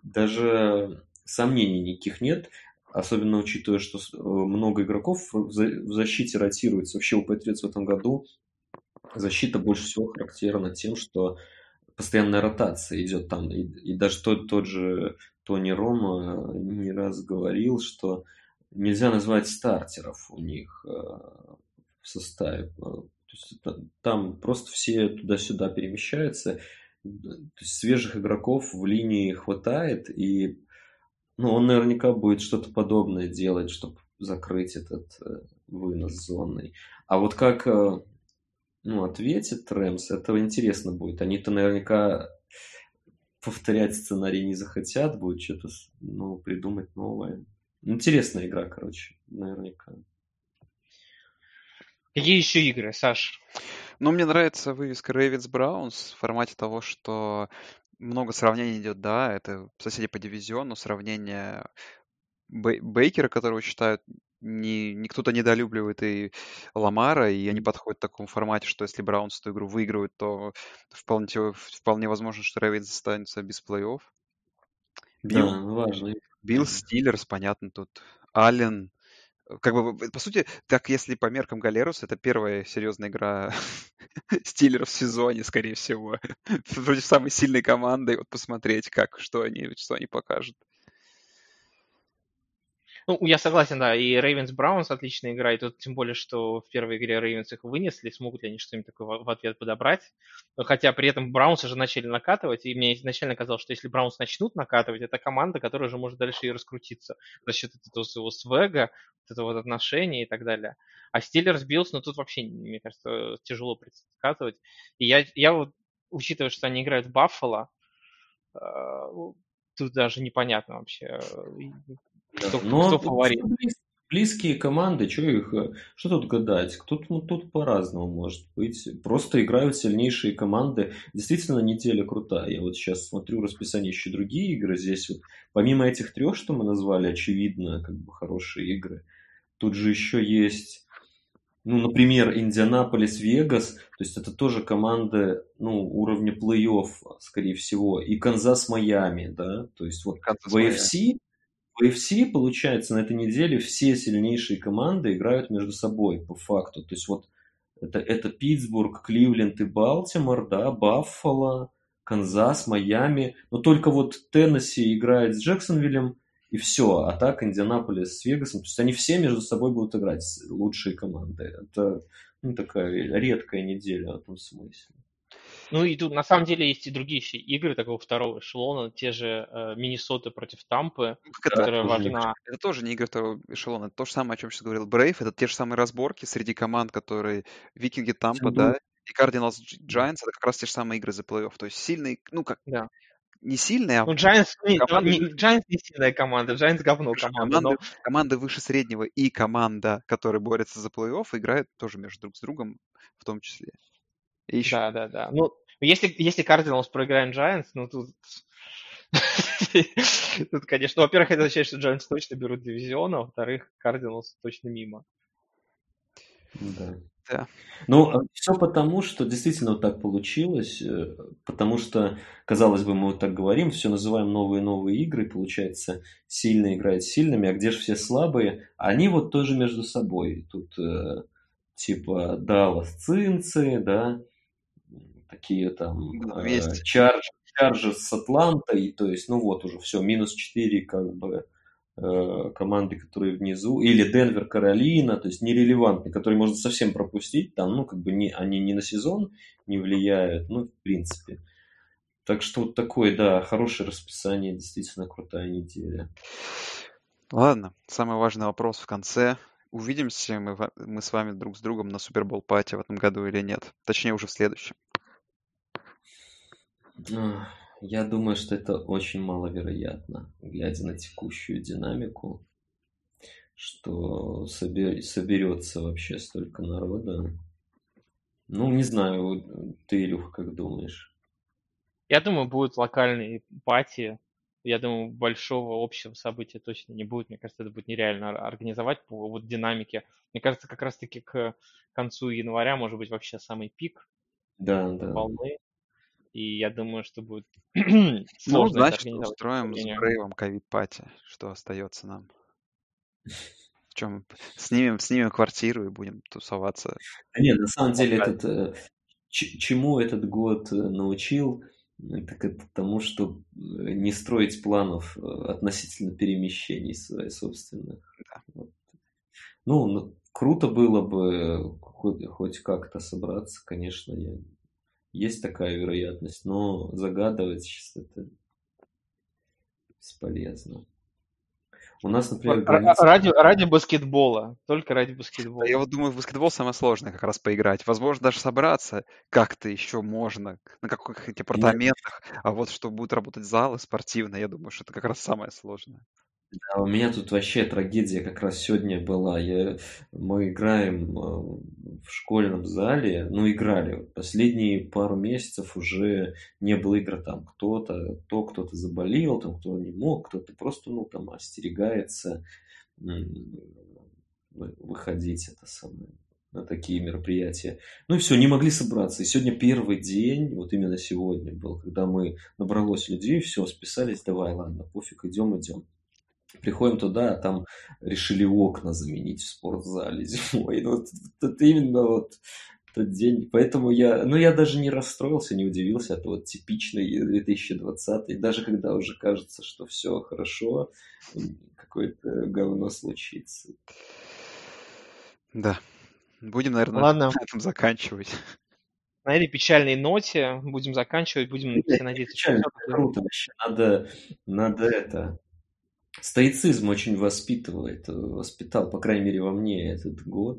даже сомнений никаких нет. Особенно учитывая, что с- э, много игроков в за- в защите ротируется. Вообще у Патриотс в этом году защита больше всего характерна тем, что постоянная ротация идет там. И, и даже тот, тот же Тони Рома не раз говорил, что нельзя назвать стартеров у них э, в составе. Э, То есть это- там просто все туда-сюда перемещаются. То есть свежих игроков в линии хватает, и ну, он наверняка будет что-то подобное делать, чтобы закрыть этот э, вынос зонный. А вот как э, ну, ответит Рэмс, это интересно будет. Они-то наверняка повторять сценарий не захотят, будет что-то ну, придумать новое. Интересная игра, короче, наверняка. Какие еще игры, Саш? Ну, мне нравится вывеска Ravens Browns в формате того, что много сравнений идет, да, это соседи по дивизиону, сравнение Бей- Бейкера, которого считают не, не кто-то недолюбливает и Ламара, и они подходят к такому формате, что если Браунс эту игру выигрывают, то вполне, те- вполне возможно, что Рейвенс останется без плей-офф. Билл, Да, важно. Билл Стиллерс, понятно, тут Аллен. Как бы, по сути, так если по меркам Галерус, это первая серьезная игра Стиллеров в сезоне, скорее всего, против самой сильной команды. Вот посмотреть, как, что они, что они покажут. Ну, я согласен, да, и Рейвенс Браунс отличная игра, и тут тем более, что в первой игре Рейвенс их вынесли, смогут ли они что-нибудь такое в ответ подобрать. Но хотя при этом Браунсы же начали накатывать, и мне изначально казалось, что если Браунс начнут накатывать, это команда, которая уже может дальше и раскрутиться за счет этого своего свега, вот этого вот отношения и так далее. А Стиллерс Биллс, ну тут вообще, мне кажется, тяжело предсказывать. И я, я вот, учитывая, что они играют в Баффало, тут даже непонятно вообще, Да. кто, Но кто фаворит. близ- близкие команды, что их, э, что тут гадать? Тут, ну, тут по-разному может быть. Просто играют сильнейшие команды. Действительно, неделя крутая. Я вот сейчас смотрю расписание еще другие игры. Здесь вот, помимо этих трех, что мы назвали, очевидно, как бы хорошие игры, тут же еще есть, ну, например, Индианаполис, Вегас. То есть это тоже команды, ну, уровня плей-офф, скорее всего. И Канзас, Майами, да. То есть вот Канзас, в эй эф си в эй эф си, получается, на этой неделе все сильнейшие команды играют между собой, по факту. То есть вот это, это Питтсбург, Кливленд и Балтимор, да, Баффало, Канзас, Майами. Но только вот Теннесси играет с Джексонвиллем, и все. А так Индианаполис с Вегасом. То есть они все между собой будут играть, лучшие команды. Это, ну, такая редкая неделя в этом смысле. Ну и тут на самом деле есть и другие еще игры такого второго эшелона, те же э, Миннесота против Тампы, это, которая тоже важна. это тоже не игры второго эшелона. Это то же самое, о чем сейчас говорил Брейв. Это те же самые разборки среди команд, которые Викинги, Тампа, Всем да, было. и Кардиналс Giants. Это как раз те же самые игры за плей-офф. То есть сильные, ну как, Да. не сильные, а Ну, Giants не, команды, не, Giants не сильная команда, Giants говно выше, команда, команды, но команды выше среднего и команда, которая борется за плей-офф, играют тоже между друг с другом в том числе. И еще, да, да, да. Ну, если, если Cardinals проиграем Giants, ну тут... Тут, конечно, ну, во-первых, это означает, что Giants точно берут дивизион, а во-вторых, Cardinals точно мимо. Да. да. Ну, все потому, что действительно вот так получилось, э, потому что, казалось бы, мы вот так говорим, все называем новые-новые игры, получается, сильные играют с сильными, а где же все слабые? Они вот тоже между собой. Тут э, типа Даллас Цинцы, да, такие там Будут э, вместе. Чарж, Чарджерс с Атлантой, то есть, ну вот уже все, минус четыре как бы э, команды, которые внизу, или Денвер, Каролина, то есть нерелевантные, которые можно совсем пропустить, там, ну, как бы не, они не на сезон не влияют, ну, в принципе. Так что вот такое, да, хорошее расписание, действительно крутая неделя. Ладно, самый важный вопрос в конце. Увидимся мы, ва- мы с вами друг с другом на Супербол пати в этом году или нет? Точнее, уже в следующем. Ах, Я думаю, что это очень маловероятно, глядя на текущую динамику, что собер- соберется вообще столько народа. Ну, не знаю, ты, Илюх, как думаешь? Я думаю, будут локальные пати. Я думаю, большого общего события точно не будет. Мне кажется, это будет нереально ор- организовать по вот динамике. Мне кажется, как раз-таки к концу января может быть вообще самый пик Да, да. волны. И я думаю, что будет Ну, сложно это значит, организовать. устроим с Сожалению. Брейвом ковид-пати, что остается нам. В чем снимем, снимем квартиру и будем тусоваться. Да нет, на самом деле, этот, э, ч- чему этот год э, научил, э, так это тому, что э, не строить планов э, относительно перемещений своих собственных. Да. Вот. Ну, ну, круто было бы хоть, хоть как-то собраться, конечно, я- есть такая вероятность, но загадывать сейчас это бесполезно. У нас, например, Р- граница... Ради, ради баскетбола. Только ради Да, баскетбола. я вот думаю, в баскетбол самое сложное как раз поиграть. Возможно, даже собраться как-то еще можно на каких-нибудь апартаментах, а вот что будут работать залы спортивные, я думаю, что это как раз самое сложное. Да, у меня тут вообще трагедия как раз сегодня была. Я, мы играем э, в школьном зале, ну играли. Последние пару месяцев уже не было игр, там кто-то, то кто-то заболел, там кто не мог, кто-то просто, ну там остерегается м, выходить это самое, на такие мероприятия. Ну и все, не могли собраться. И сегодня первый день, вот именно сегодня был, когда мы набралось людей, все, списались, давай, ладно, пофиг, идем, идем. Приходим туда, а там решили окна заменить в спортзале зимой. Ну, вот это именно вот этот день. Поэтому я, ну, я даже не расстроился, не удивился. Это вот типичный две тысячи двадцатый. Даже когда уже кажется, что все хорошо, какое-то говно случится. Да. Будем, наверное, Ладно. на этом заканчивать. На этой печальной ноте будем заканчивать, будем Нет, надеяться, печально, что это круто вообще. Надо, надо это... Стоицизм очень воспитывает, воспитал, по крайней мере, во мне этот год.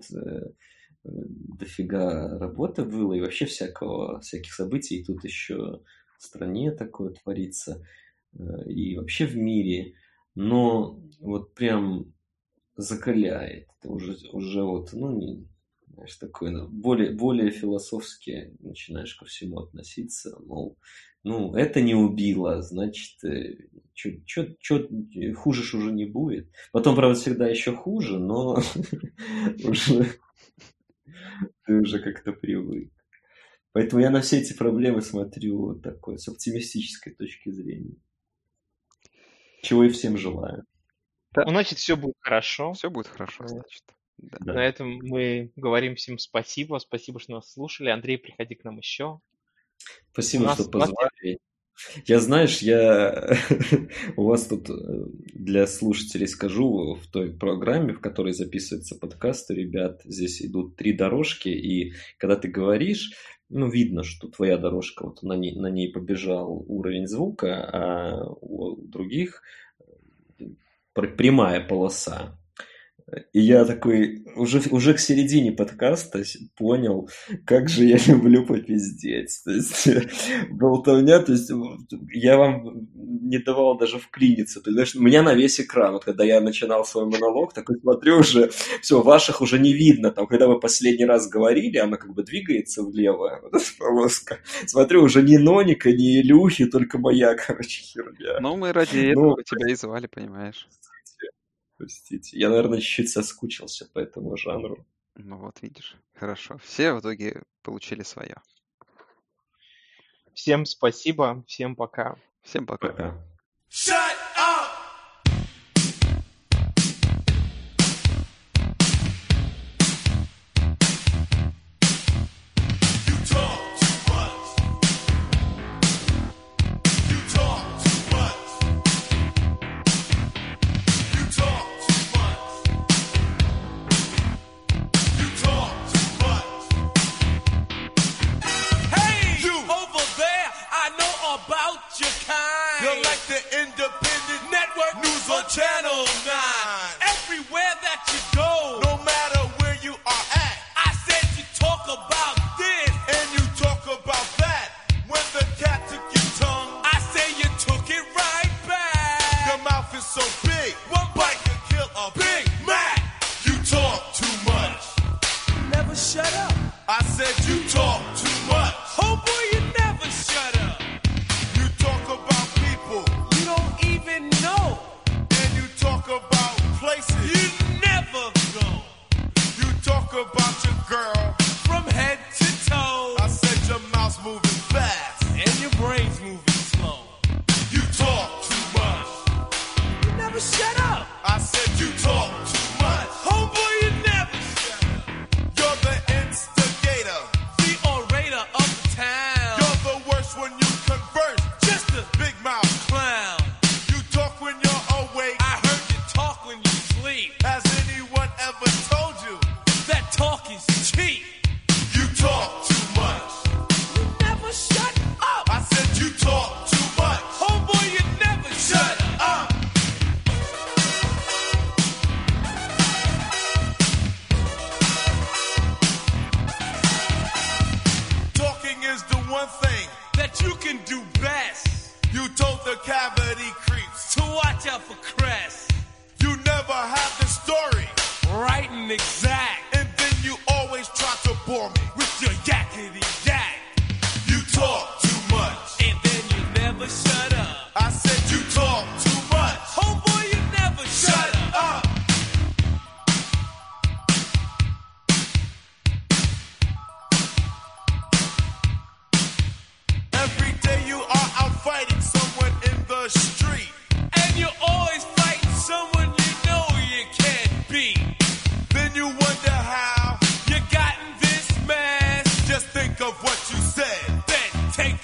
Дофига работы было и вообще всякого, всяких событий. И тут еще в стране такое творится, и вообще в мире. Но вот прям закаляет. Ты уже, уже вот, ну, не, знаешь, такое, ну, более, более философски начинаешь ко всему относиться. Мол, ну, это не убило, значит, что хуже ж уже не будет. Потом, правда, всегда еще хуже, но уже ты уже как-то привык. Поэтому я на все эти проблемы смотрю вот такой, с оптимистической точки зрения. Чего и всем желаю. Ну, значит, все будет хорошо. Все будет хорошо, значит. Да. Да. На этом мы говорим всем спасибо. Спасибо, что нас слушали. Андрей, приходи к нам еще. Спасибо, У нас что позвали. Я, знаешь, я у вас тут для слушателей скажу, в той программе, в которой записываются подкасты, ребят, здесь идут три дорожки, и когда ты говоришь, ну, видно, что твоя дорожка, вот на ней, на ней побежал уровень звука, а у других прямая полоса. И я такой, уже, уже к середине подкаста понял, как же я люблю попиздеть. То есть, болтовня, то есть, я вам не давал даже вклиниться. То есть, у меня на весь экран, вот когда я начинал свой монолог, такой смотрю уже, все, ваших уже не видно. Там, когда вы последний раз говорили, она как бы двигается влево, вот эта полоска. Смотрю, уже ни Ноника, ни Илюхи, только моя, короче, херня. Ну, мы ради этого ну, тебя и звали, понимаешь. Простите. Я, наверное, чуть-чуть соскучился по этому жанру. Ну вот, видишь. Хорошо. Все в итоге получили свое. Всем спасибо. Всем пока. Всем пока. Пока.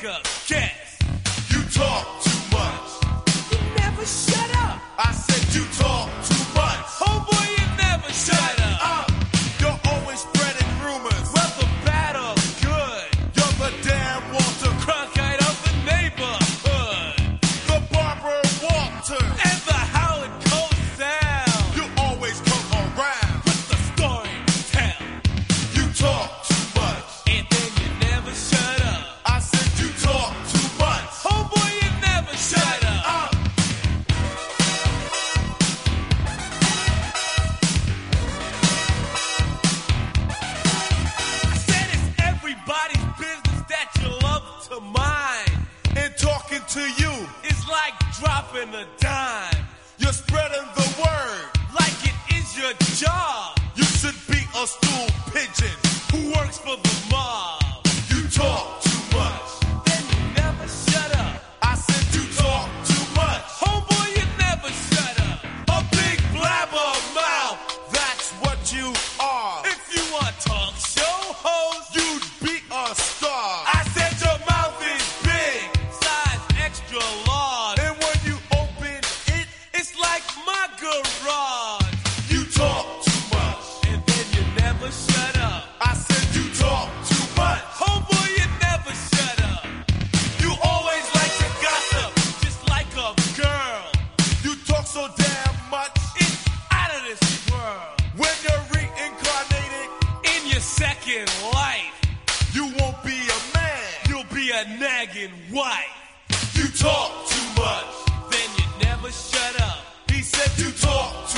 take a guess. You talk too much. You never shut up. I said you talk too much. Oh boy, you never shut up. Uh, you're always spreading rumors, whether bad or good. You're the damn Walter Cronkite of the neighborhood, the Barbara Walter, and the Howard Cosell. You always come around with the story to tell. You talk too much, and then you never shut up. I said you talk too much. Oh boy, you never shut up. Uh, I said it's everybody's business that you love to mind. And talking to you is like dropping a dime. You're spreading the word like it is your job. You should be a stool pigeon who works for the mob. You talk too much, then you never shut up. I said you talk too much. Homeboy, you never shut up. A big blabber mouth, that's what you are. If you want talk show host, you'd be a star. I said your mouth is big, size extra large. And when you open it, it's like my garage. You talk too much, and then you never shut up. I said you talk too much. Homeboy, you never shut up. You always like to gossip, just like a girl. You talk so damn much, it's out of this world. When you're reincarnated in your second life, you won't be a man, you'll be a nagging wife. You talk too much, then you never shut up. He said you talk